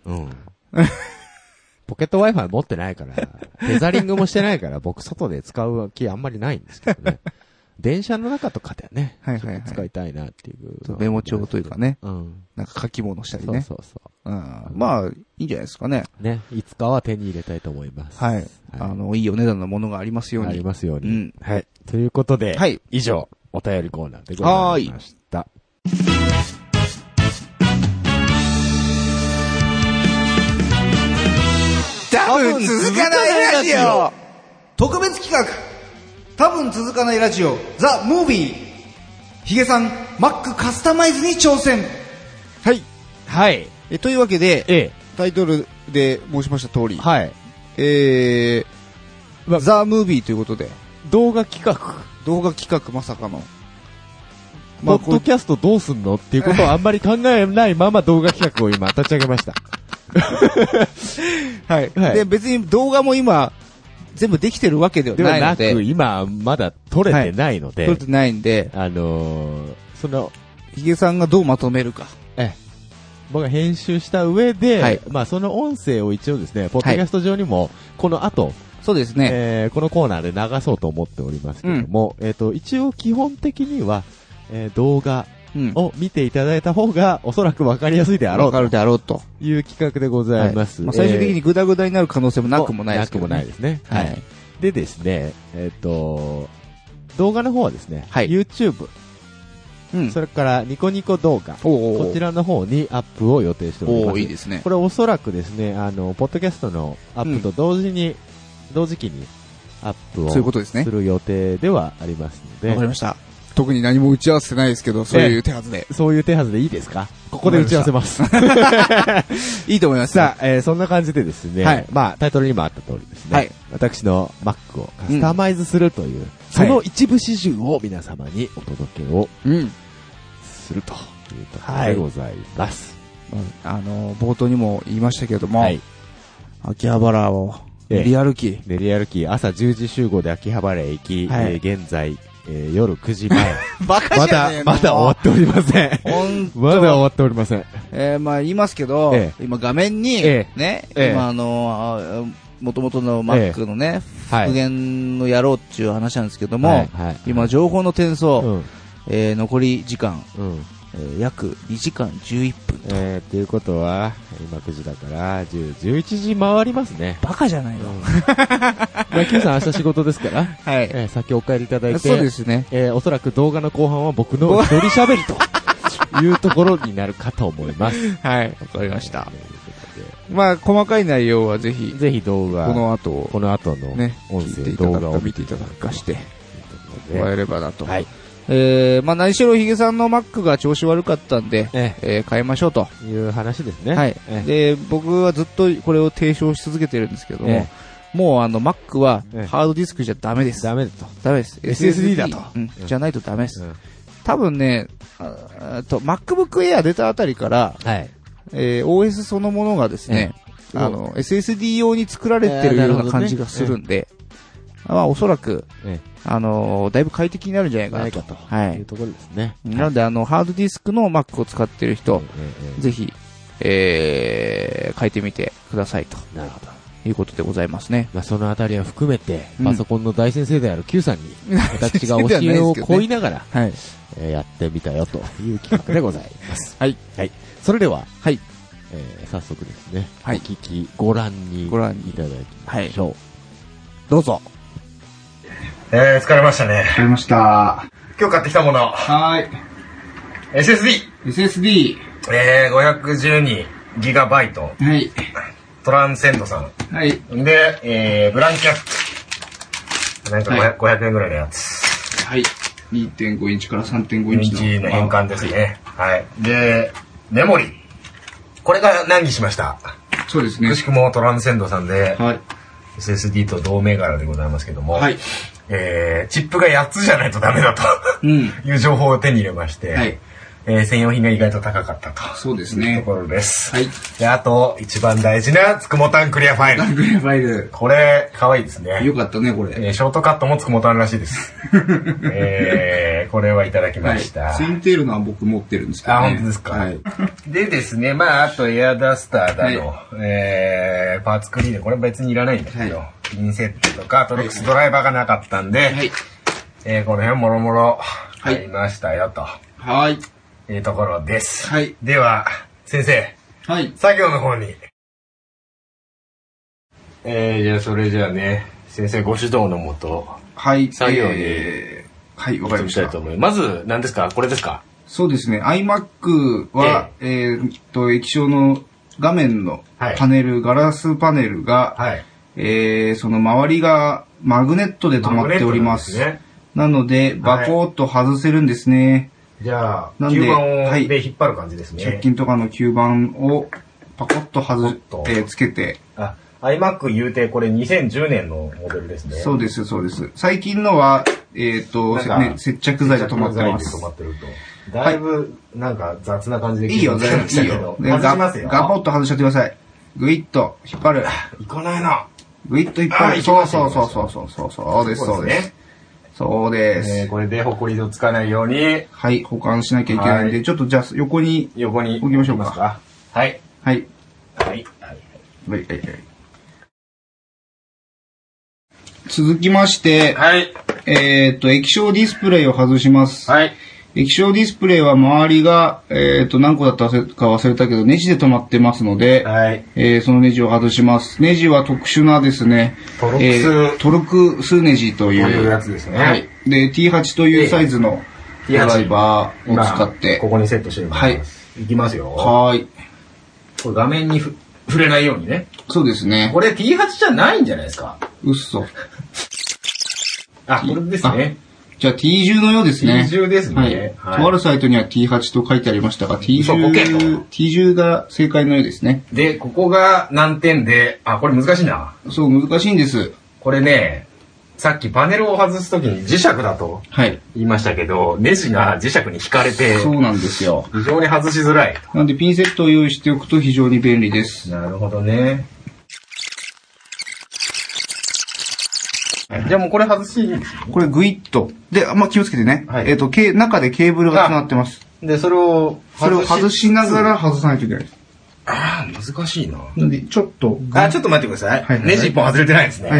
ポケット Wi-Fi 持ってないから、テザリングもしてないから、僕外で使う気あんまりないんですけどね。電車の中とかでね、使いたいなっていう。 メモ帳というかね。なんか書き物したりね。 そう。 まあ、いいんじゃないですかね。 ね。いつかは手に入れたいと思います。 はい。いいお値段のものがありますように。 ありますように。はい。ということで、以上、お便りコーナーでございました。 多分続かないラジオ特別企画、多分続かないラジオザ・ムービー。ヒゲさん、マックカスタマイズに挑戦。はい。というわけで、タイトルで申しました通り、ザ・ムービーということで、 動画企画まさかの。 ポッドキャストどうすんのっていうことをあんまり考えないまま動画企画を今立ち上げました。 はい。で、別に動画も今、全部できてるわけではないので。 ではなく、今、まだ撮れてないので。 撮れてないんで。ヒゲさんがどうまとめるか。 僕が編集した上で、まあその音声を一応ですね、ポッドキャスト上にも、この後、 そうですね。 このコーナーで流そうと思っておりますけども、一応基本的には、動画を見ていただいた方がおそらく分かりやすいであろう。 分かるであろうという企画でございます。 最終的にグダグダになる可能性もなくもないですけどね。 なくもないですね。はい。でですね、動画の方はですね、YouTube、それからニコニコ動画、こちらの方にアップを予定しております。 いいですね。 これおそらくですね、ポッドキャストのアップと同時期にアップをする予定ではありますので。 わかりました。特に何も打ち合わせてないですけど、そういう手はずで。 そういう手はずでいいですか？ここで打ち合わせます。 いいと思います。 さあ、そんな感じでですね、まあ、タイトルにもあった通りですね、私の Mac をカスタマイズするという、その一部始終を皆様にお届けをするというところでございます。 冒頭にも言いましたけれども、秋葉原を練り歩き、 朝10時集合で秋葉原へ行き、現在、夜9時前。 バカじゃねえの。 まだ終わっておりません。まだ終わっておりません。 まあ言いますけど、今画面に、ね、今元々の Mac のね、復元のやろうっていう話なんですけども、今情報の転送、残り時間、約2時間11分と。 っていうことは、今9時だから、10、11時回りますね。 バカじゃないの。 まあ、Q さん明日仕事ですから、先お帰りいただいて、 そうですね。 おそらく動画の後半は僕の一人喋りというところになるかと思います。 はい、わかりました。まあ、細かい内容はぜひ動画、この後のね、 音声、動画を見ていただくかして、もらえればなと。はい。まあ何しろヒゲさんの Mac が調子悪かったんで、変えましょうという話ですね。 はい。で、僕はずっとこれを提唱し続けてるんですけども、もうMac はハードディスクじゃダメです。 ダメです。 SSD だと。じゃないとダメです。多分ね、MacBook Air 出たあたりから、OS そのものがですね、SSD 用に作られてるような感じがするんで、まあおそらく、だいぶ快適になるんじゃないかなと。 はい。いうところですね。 なので、ハードディスクの Mac を使っている人、ぜひ、変えてみてくださいと。 なるほど。 いうことでございますね。 まあ、そのあたりは含めて、パソコンの大先生である Q さんに、私が教えを請いながら、やってみたよという企画でございます。 はい。 はい。それでは、早速ですね、お聞き、ご覧にいただきましょう。 どうぞ。 疲れましたね。 疲れました。 今日買ってきたもの。 はい。 SSD。512ギガバイト。 はい。 トランセンドさん。 はい。 で、ブランキャップ。なんか500円ぐらいのやつ。 はい。2.5 インチから 3.5 インチの変換ですね。はい。で、メモリ。これが難儀しました。 そうですね。 くしくもトランセンドさんで、 はい。 SSD と同銘柄でございますけども、 はい。 チップが8つじゃないとダメだという情報を手に入れまして、はい。専用品が意外と高かったと。 そうですね。 ところです。 はい。 で、あと、一番大事なつくもたんクリアファイル。 クリアファイル。 これ、可愛いですね。 よかったね、これ。 ショートカットもつくもたんらしいです。これはいただきました。 はい、ツインテールのは僕持ってるんですけどね。 あ、本当ですか。 はい。 でですね、まあ、あとエアダスターだの、はい、パーツクリーンで、これ別にいらないんですけど、はい、ピンセットとかトロックスドライバーがなかったんで、はい、この辺もろもろ買いましたよと。 はい。 いうところです。 はい。 では、先生。 はい。 作業の方に。じゃあ、それじゃあね、先生ご指導のもと、 はい。 作業に、 はい、わかりました。 まず、何ですか？これですか？ そうですね。iMac は、液晶の画面のパネル、ガラスパネルが、はい、その周りがマグネットで止まっております。なので、バコッと外せるんですね。 じゃあ、吸盤で引っ張る感じですね。 100均とかの吸盤をパコッとつけて。 iMac 言うて、これ2010年のモデルですね。 そうです、そうです。最近のは、接着剤で止まってます。 だいぶ、なんか雑な感じで。 いいよ、いいよ。 外しますよ。 ガボッと外しちゃってください。グイッと引っ張る。 いかないな。 グイッと引っ張る。そうです、そうです。そうです。 これでホコリのつかないように。 はい、保管しなきゃいけないんで、ちょっとじゃあ横に置きましょうか。 はい。 はい。 はい。 続きまして、 はい。 液晶ディスプレイを外します。 はい。 液晶ディスプレイは周りが、何個だったか忘れたけど、ネジで止まってますので、 はい。 そのネジを外します。ネジは特殊なですね、トルク数ネジという。 こういうやつですね。 はい。で、T8 というサイズのドライバーを使って、 ここにセットしてる。 はい。 いきますよ。 はい。 これ画面に触れないようにね。 そうですね。 これ T8 じゃないんじゃないですか？ うっそ。 あ、これですね。 じゃあ T10 のようですね。 T10 ですね。 はい。とあるサイトには T8 と書いてありましたが、T10 が正解のようですね。 で、ここが難点で、これ難しいな。 そう、難しいんです。 これね、さっきパネルを外すときに磁石だと言いましたけど、ネジが磁石に引かれて、 そうなんですよ。 非常に外しづらい。 なんでピンセットを用意しておくと非常に便利です。 なるほどね。じゃあもうこれ外しいいんですこれグイッと。で、気をつけてね。はい、中でケーブルが繋がってます。 で、それを外しながら外さないといけない。 難しいな。 なんで、ちょっと。 ちょっと待ってください。はい、ネジ一本外れてないですね。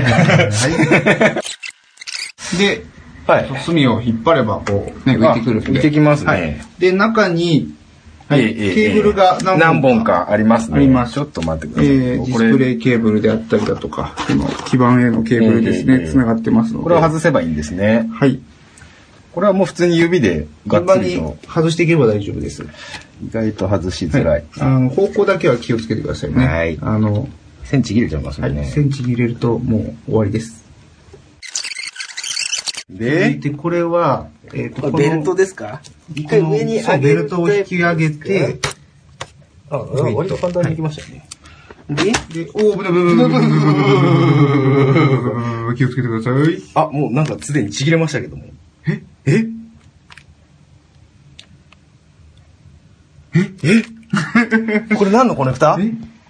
で、隅を引っ張れば、こう、ね、浮いてくるんで。 浮いてきますね。 はい、で、中に、ケーブルが何本かありますね。 あります。 ちょっと待ってください。 ディスプレイケーブルであったりだとか、この基板へのケーブルですね、繋がってますので。 これを外せばいいんですね。 はい。 これはもう普通に指でガッツリと外していけば大丈夫です。 意外と外しづらい。 方向だけは気をつけてくださいね。 はい。センチ切れちゃいますよね。 センチ切れるともう終わりです。で、これは、 ベルトですか？一回上に上げて。ベルトを引き上げて、 割と簡単にいきましたね。 で、気をつけてください。 もうなんかすでにちぎれましたけども。これ何のコネクタ？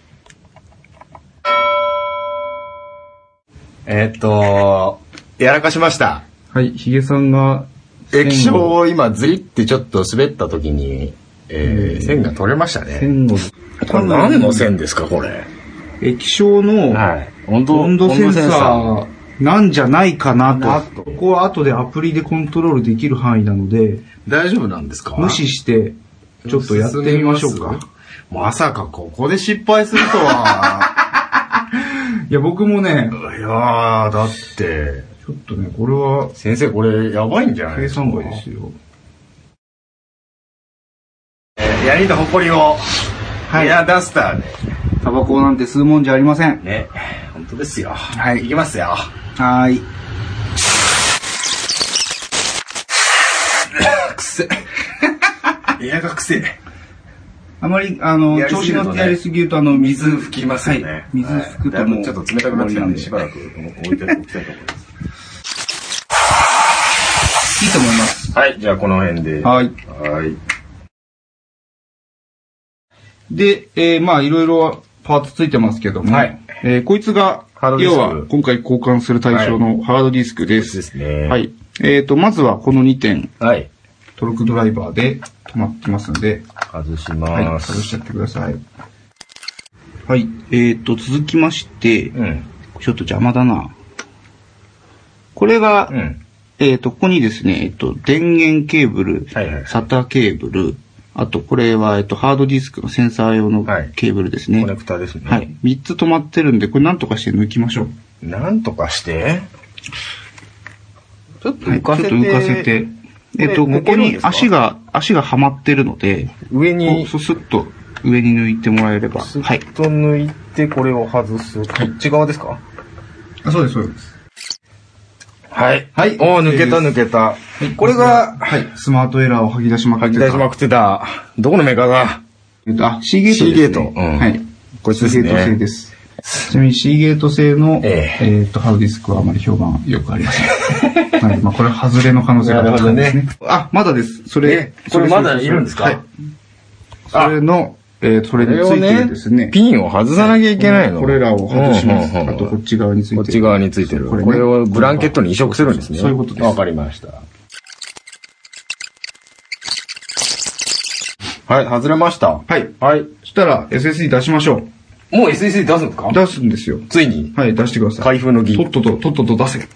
やらかしました。 はい、ヒゲさんが液晶を今ズリってちょっと滑った時に、線が取れましたね。これ何の線ですかこれ？ 液晶の温度センサーなんじゃないかなと。ここは後でアプリでコントロールできる範囲なので、 大丈夫なんですか？ 無視してちょっとやってみましょうか。 まさかここで失敗するとは。 いや、僕もね。 いやー、だって。 ちょっとね、これは。 先生、これ、やばいんじゃない計算外ですよ。 槍と埃を、エアダスターで。 タバコなんて吸うもんじゃありません。 ね。本当ですよ。 はい。 いきますよ。 はい。 くせ。エアがくせ。 あまり、調子乗ってやりすぎると、 水吹きますよね。はい、 水吹くともう、 ちょっと冷たくなってきたんで、しばらく置いておきたいと思います。 いいと思います。 はい、じゃあこの辺で。 はい。 はい。 で、まあ、いろいろパーツついてますけども、はい。こいつが、要は、今回交換する対象のハードディスクです。 ですね。 はい。まずはこの2点。 はい。 トルクドライバーで止まってますので、 外します。 はい、外しちゃってください。はい。続きまして、うん、ちょっと邪魔だな。これが、うん、ここにですね、電源ケーブル、はいはい、SATA ケーブル、あと、これは、ハードディスクのセンサー用のケーブルですね。 コネクタですね。 はい。3つ止まってるんで、これなんとかして抜きましょう。 なんとかしてちょっと浮かせて。はい、ちょっと浮かせて。ここに足がはまってるので、 上に、 スッと上に抜いてもらえれば。 スッと抜いて、これを外す。こっち側ですか？ あ、そうです、そうです。 はい。はい。おー、抜けた抜けた。はい、これが、 はい。スマートエラーを吐き出しまくってた。 吐き出しまくってた。どこのメーカーだ？ シーゲートです、ね。 シーゲート。うん。 はい。 これシーゲート製です。ちなみにシーゲート製の、ハードディスクはあまり評判よくありません。はい。まあこれ外れの可能性が高いですね。あ、まだです。それまだいるんですか？はい。 それの、それについてるですね。 ピンを外さなきゃいけないの。 これらを外します。あとこっち側についてる。 こっち側についてる。これをブランケットに移植するんですね。 そういうことです。 わかりました。はい、外れました。 はい。はい。そしたら SSD 出しましょう。もう SSD 出すんですか？ 出すんですよ。 ついに？ はい、出してください。 開封の儀。 とっとと出せ。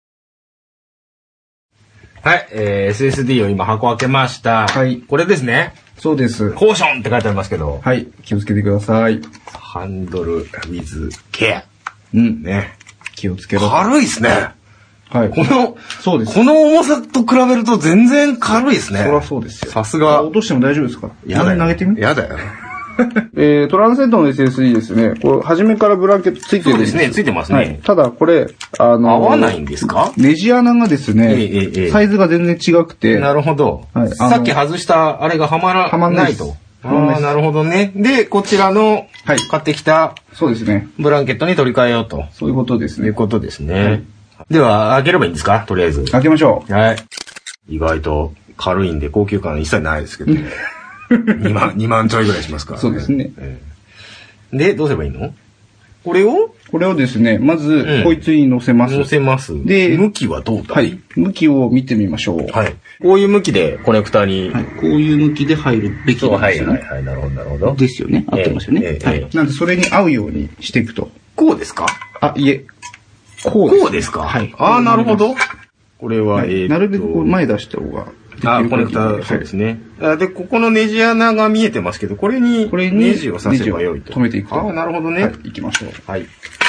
はい、SSD を今箱開けました。 はい。 これですね。 そうです。 コーションって書いてありますけど。 はい。気をつけてください。 ハンドル、ウィズ、ケア。 うん。 ね。 気をつけろ。 軽いですね。 はい。そうです。 この重さと比べると全然軽いですね。 そりゃそうですよ。 さすが。 落としても大丈夫ですか？ やだよ。 投げてみ？ やだよ。 トランセットの SSD ですね。これ、初めからブランケットついてるんです。 そうですね、ついてますね。はい。 ただ、これ、 合わないんですか？ ネジ穴がですね、サイズが全然違くて。 なるほど。はい。さっき外したあれがはまらないと。ああ、なるほどね。で、こちらの、はい。買ってきた、 そうですね。 ブランケットに取り替えようと。 そういうことですね。 いうことですね。では、開ければいいんですか？とりあえず。 開けましょう。はい。意外と軽いんで高級感一切ないですけどね。2万ちょいぐらいしますからね。 そうですね。 で、どうすればいいの？これをですね、まず、こいつに乗せます。 乗せます。で、向きはどうだ？ はい。向きを見てみましょう。 はい。こういう向きでコネクタに。 はい。こういう向きで入るべきですね。 はいはいはい。なるほどなるほど。 ですよね。合ってますよね。はい。なんで、それに合うようにしていくと。 こうですか？ あ、いえ。 こうですか？ はい。 ああ、なるほど。これは、 なるべくこう前出した方が。 コネクタ、そうですね。で、ここのネジ穴が見えてますけど、これにネジを刺せばよいと。 止めていくと。 ああ、なるほどね。 はい、行きましょう。 はい。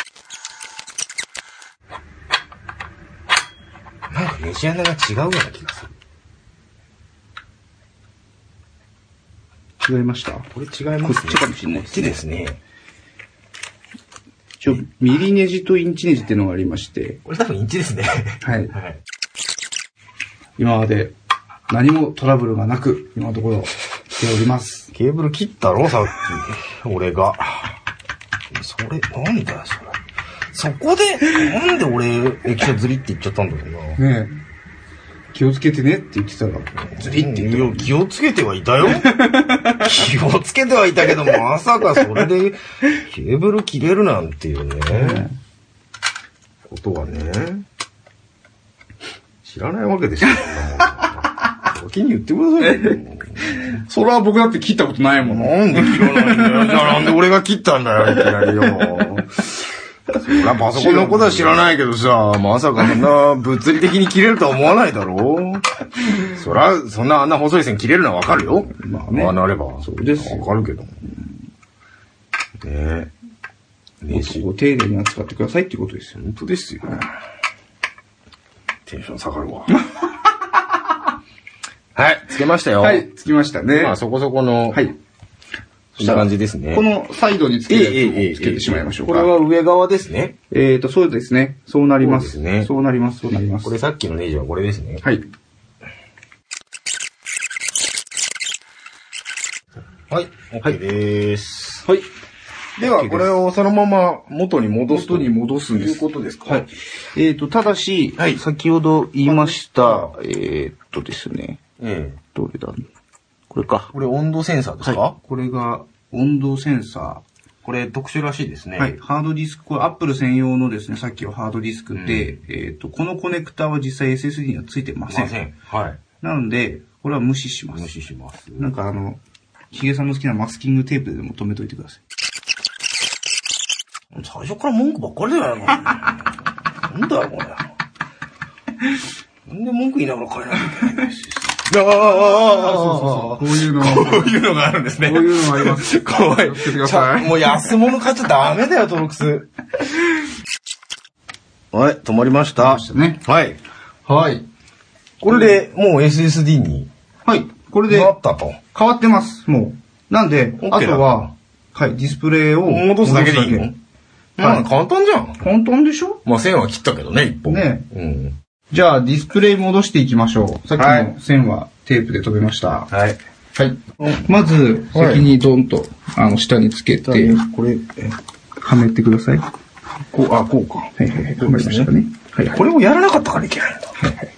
なんかネジ穴が違うような気がする。違いました？ これ違いますね。 こっちかもしれないですね。 こっちですね。 ミリネジとインチネジっていうのがありまして。 これ多分インチですね。 はい。はい。今まで何もトラブルがなく、今のところしております。 ケーブル切ったろ、さっき。俺が。それ、なんだよ、それ。そこで、なんで俺、液晶ずりって言っちゃったんだろうな。ねえ。気をつけてねって言ってたら、ずりって言った。 気をつけてはいたよ。気をつけてはいたけど、まさかそれで、ケーブル切れるなんていうね。ことはね。知らないわけですよ。先に言ってくださいよ。 それは僕だって切ったことないもん。 なんで切らないんだよ。じゃあなんで俺が切ったんだよ、いきなりよ。そりゃパソコンのことは知らないけどさ、まさかそんな物理的に切れるとは思わないだろう。そりゃ、そんなあんな細い線切れるのはわかるよ。まあね。ああなれば。 そうです。 わかるけど。ね名刺。 ご丁寧に扱ってくださいっていうことですよ。 本当ですよ。テンション下がるわ。はい、つけましたよ。 はい、つきましたね。 まあそこそこの、はい。こんな感じですね。 このサイドにつけるやつをつけてしまいましょうか。 これは上側ですね。 そうですね。そうなります。 そうですね。 そうなります、そうなります。 これさっきのネジはこれですね。 はい。 はい、OK でーす。 はい。 では、これをそのまま元に戻すと。元に戻すんです。ということですか？ はい。ただし、はい、先ほど言いました、ですね。どれだ？これか。 これ温度センサーですか？ はい。これが温度センサー。 これ特殊らしいですね。 はい。ハードディスク、これ Apple 専用のですね、さっきはハードディスクで、このコネクタは実際 SSD にはついてません。 はい。 なので、これは無視します。 無視します。 なんかヒゲさんの好きなマスキングテープでも留めといてください。 最初から文句ばっかりだよな。なんだよ、これ。なんで文句言いながら帰らなきゃいけないんですよ。そう。こういうのがあるんですね。 こういうのがあります。 怖い。もう安物買っちゃダメだよ、トロクス。はい、止まりました。 ね。 はい。 はい。 これで、もう SSD に。 はい。これで。 なったと。 変わってます、もう。なんで、あとは、はい、ディスプレイを戻すだけでいいの？簡単じゃん。 簡単でしょ？ まあ、線は切ったけどね、一本。 ね。じゃあ、ディスプレイ戻していきましょう。さっきの線はテープで止めました。 はい。 はい。まず、先にドンと、下につけて、 これ、 はめてください。 こうか。 はいはいはい。はめましたね。はいはい。 これをやらなかったからいけないんだ。 はいはい。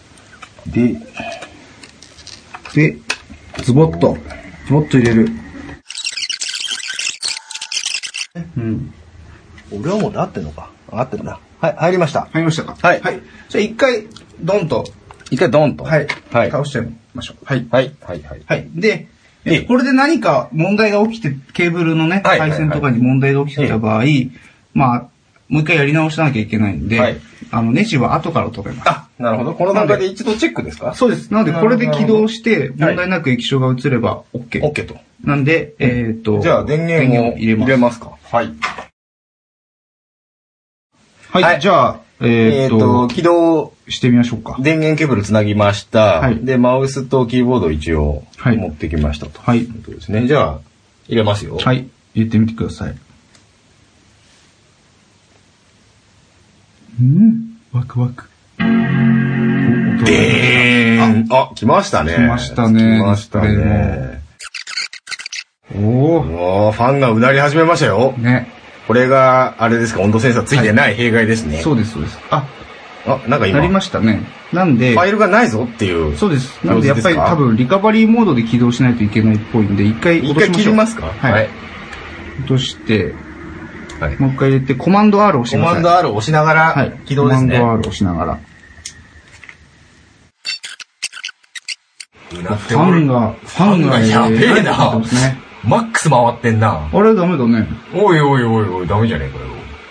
で、ズボッと入れる。 俺はもう合ってんのか。合ってるな。はい、入りました。 入りましたか。 はい。 じゃあ一回、ドンと。 はい。 倒してみましょう。はい。 はい。 で、これで何か問題が起きて、ケーブルのね、配線とかに問題が起きてた場合、まあ、もう一回やり直さなきゃいけないんで、ネジは後から止めます。 あ、なるほど。この段階で一度チェックですか？ そうです。なので、これで起動して、問題なく液晶が映れば OK。 OK と。 なんで、 じゃあ電源を入れますか？はい。 はい。じゃあ、 起動してみましょうか。 電源ケーブルつなぎました。はい。で、マウスとキーボードを一応持ってきましたと。 はい。 そうですね。じゃあ、入れますよ。 はい。入れてみてください。ワクワク。 でーん。あ、来ましたね。 来ましたね。 おー、ファンがうなり始めましたよ。 ね。 これが、あれですか、温度センサーついてない弊害ですね。 そうです。 なんか今。 なりましたね。なんで。 ファイルがないぞっていう。 そうです。なんでやっぱり多分リカバリーモードで起動しないといけないっぽいんで、一回落としましょう。 一回切りますか？ はい。落として、もう一回入れて、コマンド R を押してください。 コマンド R を押しながら、起動ですね。 コマンド R を押しながら。 ファンがやべえな。マックス回ってんな。 あれダメだね。 おい、ダメじゃねえかよ。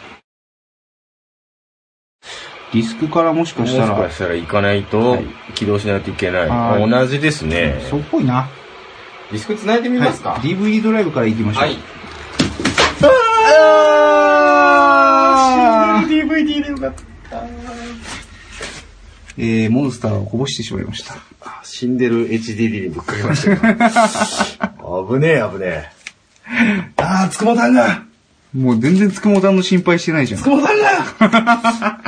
ディスクからもしかしたら行かないと、起動しないといけない。同じですね。 そうっぽいな。 ディスク繋いでみますか？ DVD ドライブから行きましょう。はい。DVD でよかった。モンスターをこぼしてしまいました。 死んでる HDD にぶっかけましたよ。危ねえ。つくもたんが。 もう全然つくもたんの心配してないじゃん。 つくもたんが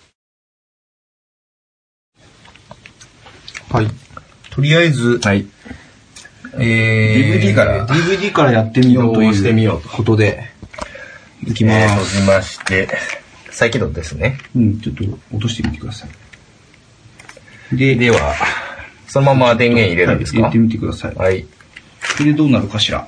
はい。とりあえず、 はい。DVD からやってみようということで、いきます。 閉じまして、再起動ですね。 ちょっと落としてみてください。 では、そのまま電源入れるんですか？ 入れてみてください。 はい。 それでどうなるかしら。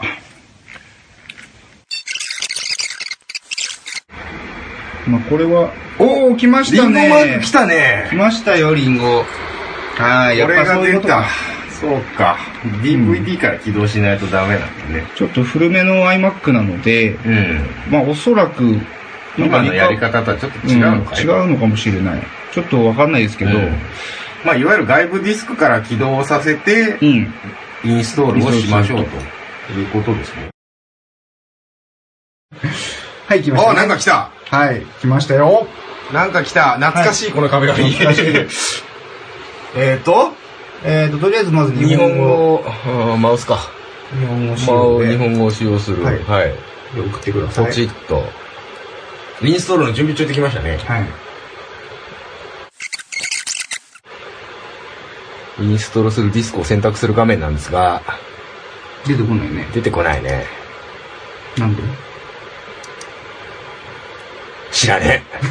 まあこれは、来ましたね。 リンゴマーク来たね。 来ましたよ、リンゴ。はい、やっぱそういうことか。 そうか。DVD から起動しないとダメなんだね。 ちょっと古めの iMac なので、まあおそらく、 今のやり方とはちょっと違うのか違うのかもしれない。ちょっとわかんないですけど、 まあいわゆる外部ディスクから起動させて、インストールをしましょうということですね。 はい、来ました、ね。 なんか来た。 はい、来ましたよ。 なんか来た。懐かしい、この壁紙。懐かしい。とりあえずまず日本語、マウスか。 日本語使用で。 日本語を使用する。はい。 送ってください。 ポチッと。インストールの準備中できましたね。 はい。 インストールするディスクを選択する画面なんですが。 出てこないね。 出てこないね。 なんで？ 知らねえ。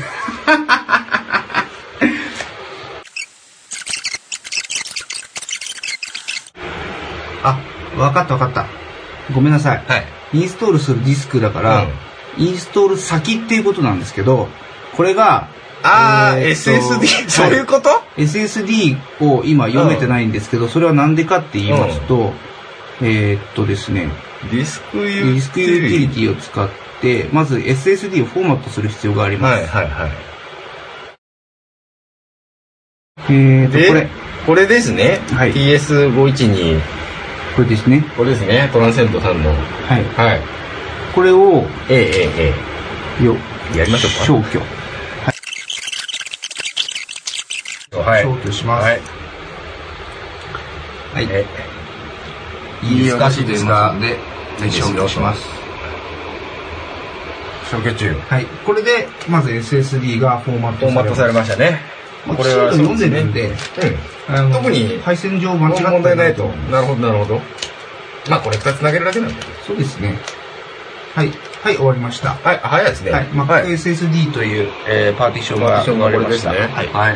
あ、わかった。ごめんなさい。 はい。 インストールするディスクだから、インストール先っていうことなんですけど、これが、 SSD、そういうこと？ SSD を今読めてないんですけど、それはなんでかって言いますと、ですね、 ディスクユーティリティを使って、まず SSD をフォーマットする必要があります。 はい。これですね。 はい。 TS512。 これですね。 これですね。トランセントさんの。 はい。 はい。 これを、 やりましょうか。 消去。 はい。 消去します。はい。はい。 いい難しいですか？ で、消去します。 消去中。 はい。これで、まず SSD がフォーマットされましたね。 これは読んでるんで、 特に配線上間違った問題ないと。なるほど。まあこれ2つ繋げるだけなんだけど。 そうですね。はい、終わりました。 はい、早いですね。 はい、Mac SSD というパーティションが生まれました。 はい。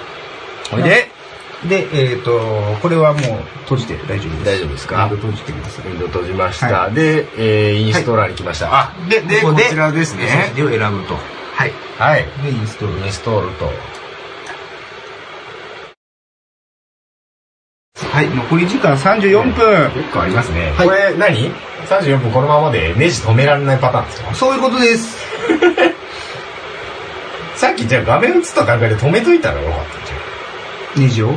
で、これはもう閉じて大丈夫です。 大丈夫ですか？ ウィンドウ閉じてください。 ウィンドウ閉じました。で、インストーラーに来ました。で、こちらですね。 SSD を選ぶと。はい。で、インストールと。はい、残り時間34分。 結構ありますね。これ何 ?34 分このままでネジ止められないパターンですか？ そういうことです。 さっきじゃあ画面映った段階で止めといたらよかったじゃん。 ネジを？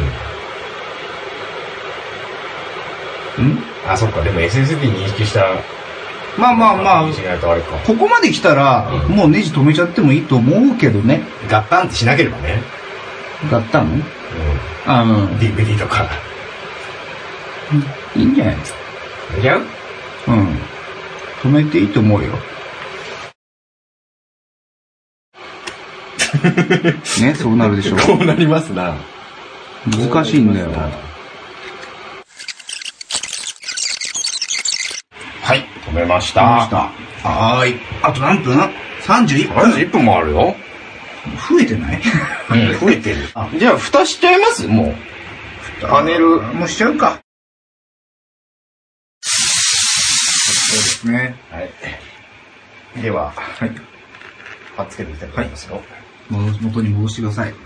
あ、そっか。でも SSD 認識した。 まあ、ここまで来たら、もうネジ止めちゃってもいいと思うけどね。 ガッタンってしなければね。 ガッタン DVD とか。 いいんじゃないですか。 いける？ 止めていいと思うよ。ね、そうなるでしょう。 こうなりますな。 難しいんだよ。 はい、止めました。 はい。あと何分？ 31 分。 31分もあるよ。 増えてない？ 増えてる。じゃあ、蓋しちゃいますもう。パネル。 もうしちゃうか。そうですね。 はい。では、貼っつけていきたいと思いますよ。 元に戻してください。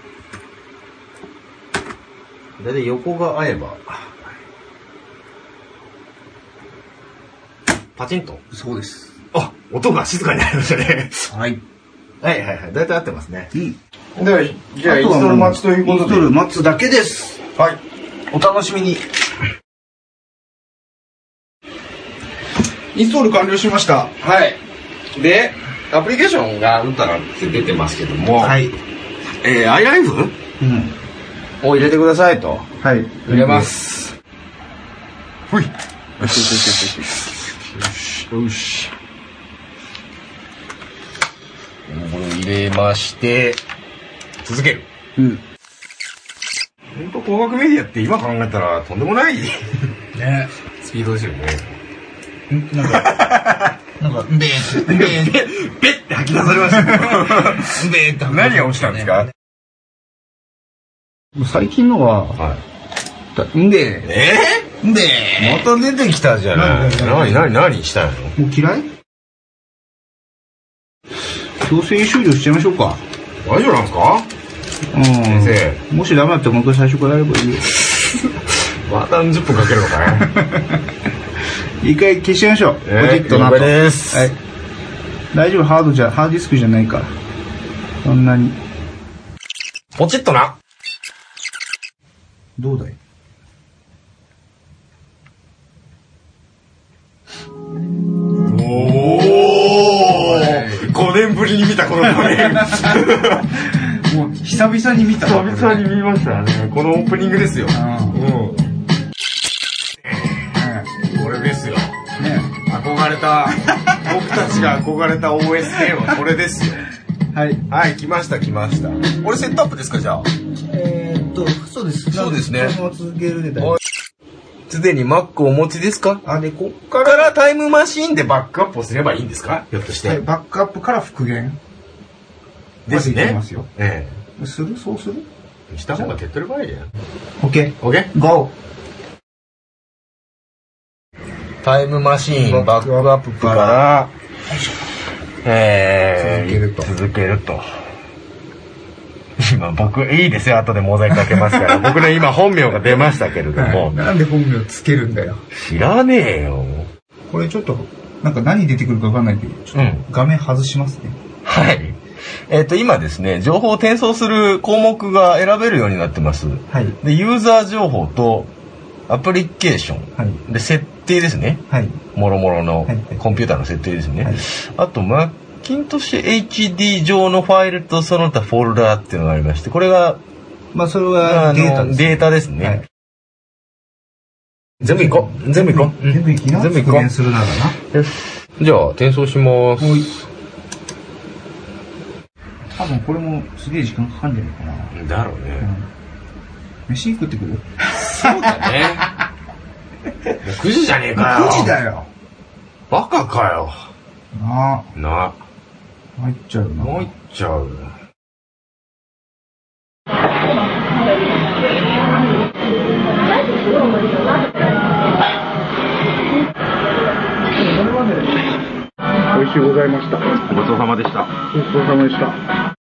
だいたい横が合えば。パチンと。 そうです。 あ、音が静かになりましたね。 はい。 だいたい合ってますね。 では、じゃあインストール待ちということで。インストール待つだけです。 はい。 お楽しみに。インストール完了しました。 はい。で、アプリケーションがうんたらって出てますけども、 はい。 iLife？を入れてくださいと。 はい。 入れます。ほい。よし。これを入れまして、続ける。本当光学メディアって今考えたらとんでもないねスピードですよね。 なんか、ベって吐き出されましたね。何が落ちたんですか？ 最近のは、 また出てきたじゃない。何したの？ もう嫌い？強制終了しちゃいましょうか。 大丈夫なんですか？先生。 もしダメだったらもう一回最初からやればいいよ。 また10分かけるのかい？一回消しちゃいましょう。ポチッとなと。 です。 はい。大丈夫、ハードディスクじゃないから。そんなに。 ポチッとな。 どうだい？ おーもう久々に見た。 久々に見ましたね。このオープニングですよ。これですよ。ね、憧れた、僕たちが憧れた OS10 はこれですよ。はい。はい、来ました。これセットアップですか、じゃあ。 そうです。 そうですね。 このまま続けるで大丈夫。 すでに Mac をお持ちですか？で、こっからタイムマシーンでバックアップをすればいいんですか？ひょっとして。 はい、バックアップから復元。 ですね。 ますよ。する？そうする？ した方が手っ取り早いじゃん。 OK。 GO！ タイムマシーン、バックアップから、続けると。今僕、いいですよ。後でモザイクかけますから。僕の今本名が出ましたけれども。 なんで本名つけるんだよ。 知らねえよ。 これちょっと、なんか何出てくるかわかんないけど、ちょっと画面外しますね。 はい。今ですね、情報を転送する項目が選べるようになってます。 はい。 で、ユーザー情報とアプリケーション。はい。で、設定ですね。はい。もろもろのコンピューターの設定ですね。はい。あと、マッキントッシュ HD 上のファイルとその他フォルダーっていうのがありまして、これが、 まあ、それはデータです。 データですね。はい。全部いこう。 全部いきな。全部復元するならな。 よし。じゃあ、転送します。 多分これもすげえ時間かかんじゃないかな。 だろうね。 飯食ってくる？ そうだね。9時じゃねえかよ。 9時だよ。 バカかよ。な。 参っちゃうな。 参っちゃう。 美味しゅうございました。 ごちそうさまでした。 ごちそうさまでした。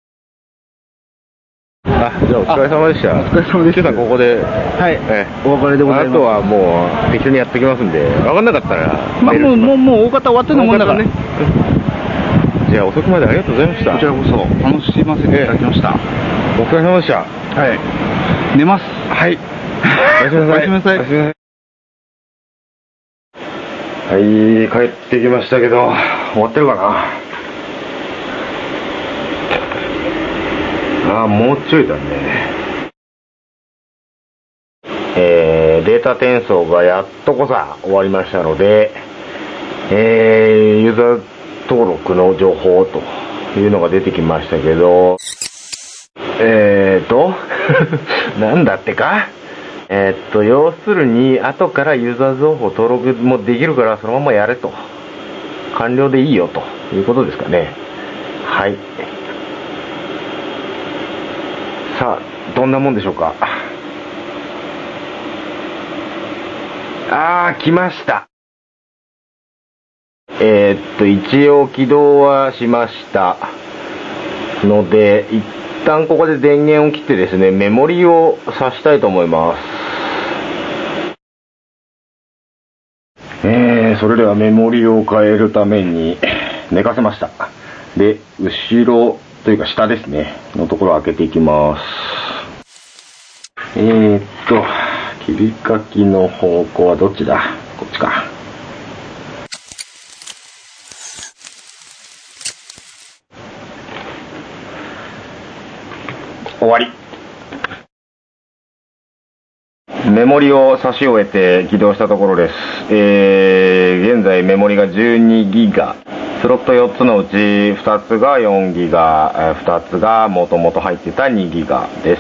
じゃあお疲れ様でした。 お疲れ様でした。 ここで、 はい、お別れでございます。 あとはもう適当にやってきますんで、分かんなかったら。 まあもう大方終わってるもんだからね。 じゃあ遅くまでありがとうございました。 こちらこそ楽しませていただきました。 お疲れ様でした。 はい。寝ます。 はい。おやすみなさい。はい、帰ってきましたけど、終わってるかな。もうちょいだね。データ転送がやっとこさ終わりましたので、ユーザー登録の情報というのが出てきましたけど、なんだってか？要するに、後からユーザー情報登録もできるから、そのままやれと。完了でいいよということですかね。はい。さあ、どんなもんでしょうか。来ました。一応起動はしましたので、一旦ここで電源を切ってですね、メモリを挿したいと思います。それではメモリを変えるために寝かせました。で、後ろというか下ですね、のところを開けていきます。切り欠きの方向はどっちだ？こっちか。終わり。メモリを差し終えて起動したところです。現在メモリが12ギガ。スロット4つのうち2つが4ギガ、2つがもともと入ってた2ギガです。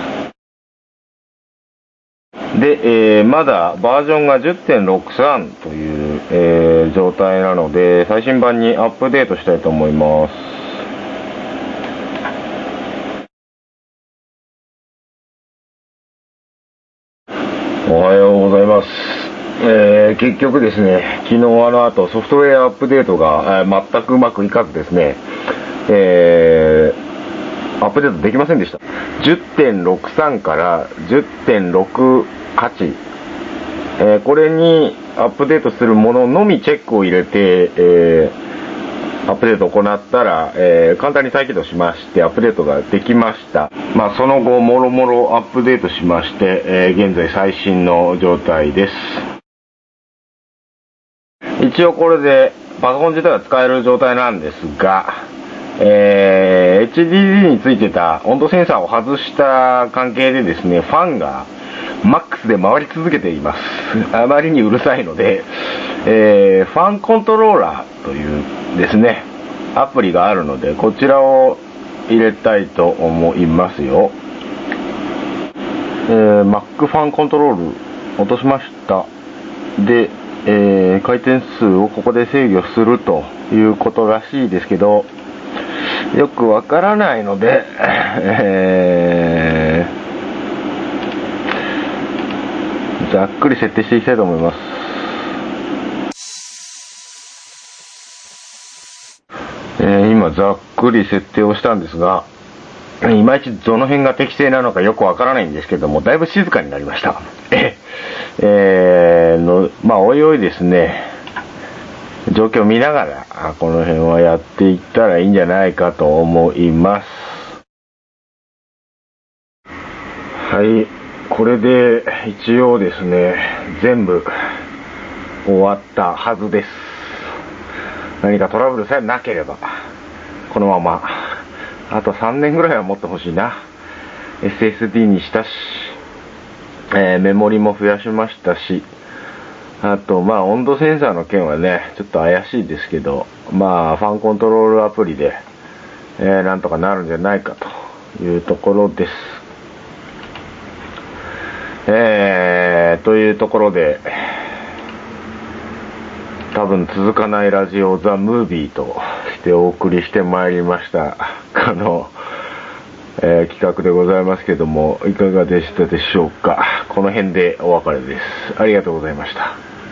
で、まだバージョンが 10.63 という、状態なので、最新版にアップデートしたいと思います。おはようございます。結局ですね、昨日後ソフトウェアアップデートが、全くうまくいかずですね、アップデートできませんでした。10.63 から10.68、これにアップデートするもののみチェックを入れて、アップデートを行ったら、簡単に再起動しましてアップデートができました。その後もろもろアップデートしまして、現在最新の状態です。一応これでパソコン自体は使える状態なんですが、 HDD についてた温度センサーを外した関係でですね、ファンがマックスで回り続けています。あまりにうるさいので、ファンコントローラーというですね、アプリがあるので、こちらを入れたいと思いますよ。Mac ファンコントロール落としました。で、回転数をここで制御するということらしいですけど、よくわからないので、ざっくり設定していきたいと思います。今ざっくり設定をしたんですが、いまいちどの辺が適正なのかよくわからないんですけども、だいぶ静かになりました。まあおいおいですね、状況を見ながらこの辺はやっていったらいいんじゃないかと思います。はい、これで一応ですね、全部終わったはずです。何かトラブルさえなければこのままあと3年ぐらいは持ってほしいな。 SSD にしたし、メモリも増やしましたし、あとまあ温度センサーの件はねちょっと怪しいですけど、まあファンコントロールアプリで、なんとかなるんじゃないかというところです。というところで、多分続かないラジオザ・ムービーとしてお送りしてまいりました企画でございますけども、いかがでしたでしょうか。この辺でお別れです。ありがとうございました。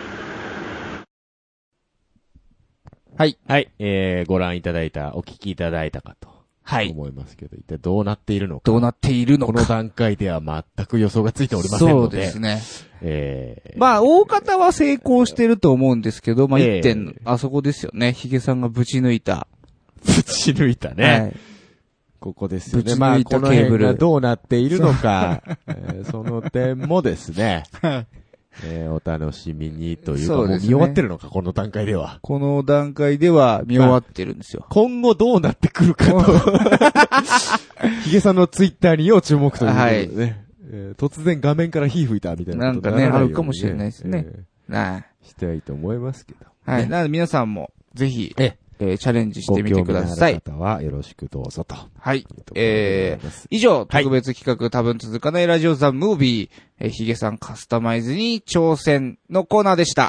はい。はい。ご覧いただいた、お聞きいただいたかと。はい。思いますけど、一体どうなっているのか。 どうなっているのか。 この段階では全く予想がついておりませんので。 そうですね。まあ、大方は成功してると思うんですけど、まあ、一点、あそこですよね。ヒゲさんがぶち抜いた。 ぶち抜いたね。はい。ここですよね。 ぶち抜いたケーブル。まあ、この辺がどうなっているのか、その点もですね。お楽しみにというか、もう見終わってるのか、この段階では。 この段階では見終わってるんですよ。 今後どうなってくるかと。ヒゲさんのツイッターに要注目ということでね。はい、突然画面から火吹いたみたいなことなんかね、あるかもしれないですね。 したいと思いますけど。 はい。なので皆さんも、ぜひ、チャレンジしてみてください。 ご興味のある方はよろしくどうぞと。 はい。以上、特別企画、多分続かないラジオザ・ムービー、ヒゲさんカスタマイズに挑戦のコーナーでした。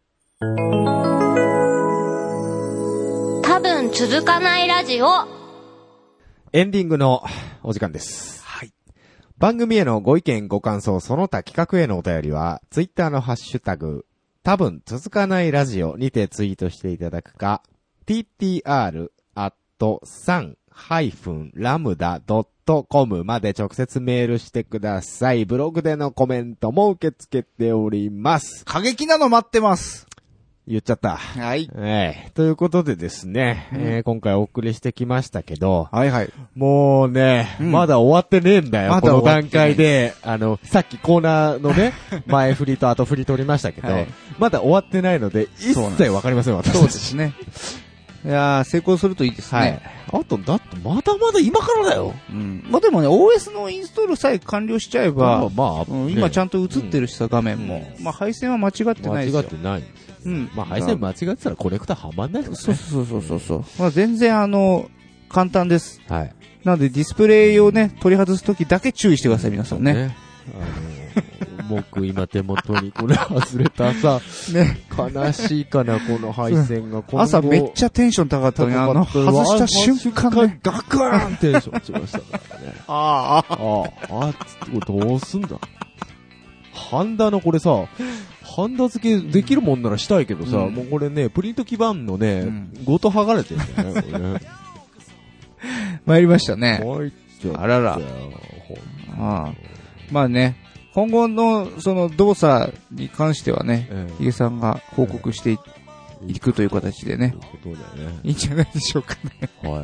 多分続かないラジオ。 エンディングのお時間です。はい。番組へのご意見ご感想、その他企画へのお便りは、ツイッターのハッシュタグ、多分続かないラジオにてツイートしていただくか、ttr@san-lambda.com まで直接メールしてください。ブログでのコメントも受け付けております。 過激なの待ってます。 言っちゃった。 はい。 ということでですね、今回お送りしてきましたけど、 はいはい。 もうね、まだ終わってねえんだよ、この段階で。さっきコーナーのね、前振りと後振り取りましたけど、まだ終わってないので、一切わかりません、私たち。 そうですね。いやー、成功するといいですね。はい。 あと、だってまだまだ今からだよ。 うん。まあでもね、OS のインストールさえ完了しちゃえば、今ちゃんと映ってるしさ、画面も。まあ配線は間違ってないですよ。 間違ってないんです。うん。まあ配線間違ってたらコネクタはまんないですからね。そう。まあ全然簡単です。はい。なのでディスプレイをね、取り外すときだけ注意してください、皆さんね。 僕今手元にこれ外れたさ、ね、悲しいかな、この配線が。 朝めっちゃテンション高かったのに、外した瞬間ね、 ガクーンテンション落ちましたからね。どうすんだ。ハンダのこれさ、ハンダ付けできるもんならしたいけどさ、もうこれね、プリント基板のね、ごと剥がれてるんだよね、これね。 参りましたね。 あらら。 まあね、今後のその動作に関してはね、ヒゲさんが報告していくという形でね、いいんじゃないでしょうかね。はい。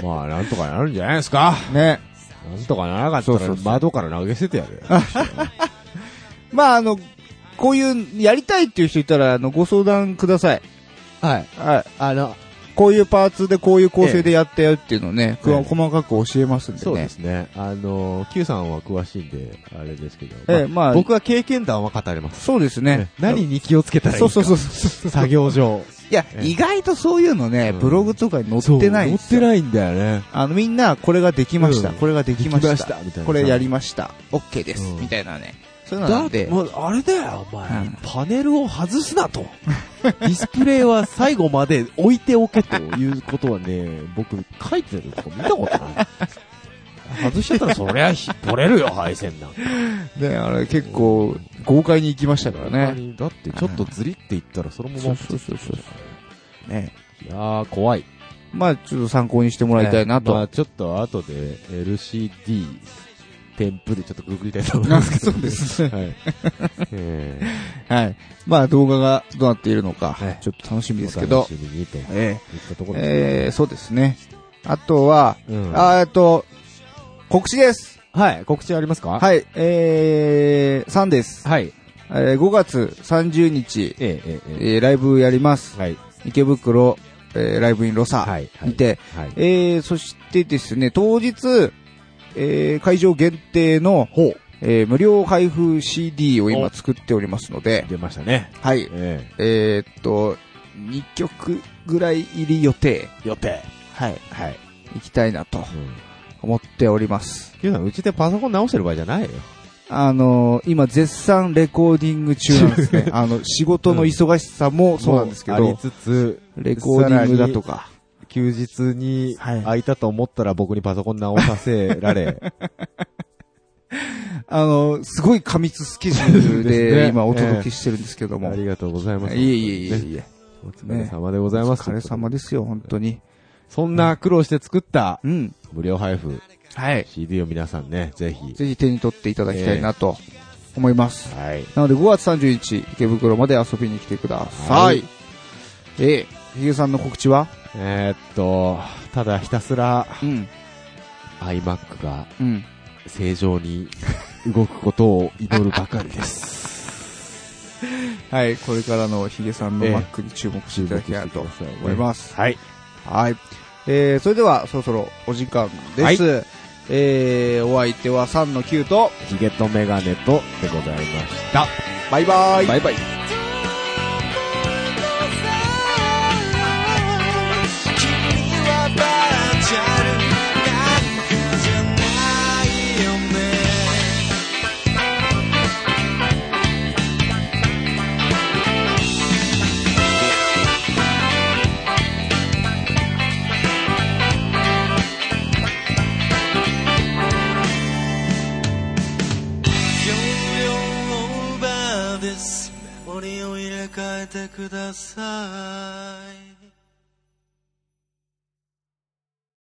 まあなんとかなるんじゃないですか。 ね。 なんとかならなかったら窓から投げ捨ててやる。 まあこういうやりたいっていう人いたらご相談ください。 はい。はい。 こういうパーツでこういう構成でやったよっていうのをね、細かく教えますんでね。 そうですね。Q さんは詳しいんで、あれですけど。まあ、僕は経験談は語れます。 そうですね。 何に気をつけたらいいか。そう。作業上。 いや、意外とそういうのね、ブログとかに載ってないんですよ。 載ってないんだよね。 みんな、これができました。これができました。これやりました。OK です。みたいなね。そういうのなんで。 もう、あれだよ、お前。パネルを外すなと。ディスプレイは最後まで置いておけということはね、僕書いてるとこ見たことない。外しちゃったらそりゃ取れるよ、配線なんか。 ね、あれ結構豪快に行きましたからね。 だってちょっとずりっていったらそのまま。 そう。ね。 いやー、怖い。 まあちょっと参考にしてもらいたいなと。 まあちょっと後で LCD 添付でちょっとググりたいと思いますけど。 そうですね。 はい。 はい。まあ動画がどうなっているのか、ちょっと楽しみですけど。 楽しみにと。いったところですね。 そうですね。あとは、告知です。 はい。告知ありますか？ はい。3です。はい。5月30日、ライブやります。はい。池袋、ライブインロサにて、そしてですね、当日、会場限定の、無料配布 CD を今作っておりますので、 出ましたね。 はい。2曲ぐらい入り予定。はい。行きたいなと。思っております。 うちでパソコン直してる場合じゃないよ。 今絶賛レコーディング中なんですね。仕事の忙しさもそうなんですけど、 ありつつ、 レコーディングだとか。 休日に空いたと思ったら僕にパソコン直させられ。 すごい過密スケジュールで今お届けしてるんですけども。 ありがとうございます。 いえ。 お疲れ様でございます。 お疲れ様ですよ、本当に。 そんな苦労して作った、無料配布、CD を皆さんね、ぜひ手に取っていただきたいなと思います。なので5月30日、池袋まで遊びに来てください。ひげさんの告知は？ ただひたすら、iMac が、正常に動くことを祈るばかりです。 はい、これからのひげさんの Mac に注目していただきたいなと思います。 はい。 それではそろそろお時間です。お相手は3の9とヒゲとメガネとでございました。 バイバイ。 バイバイ。 メモリを入れ替えてください。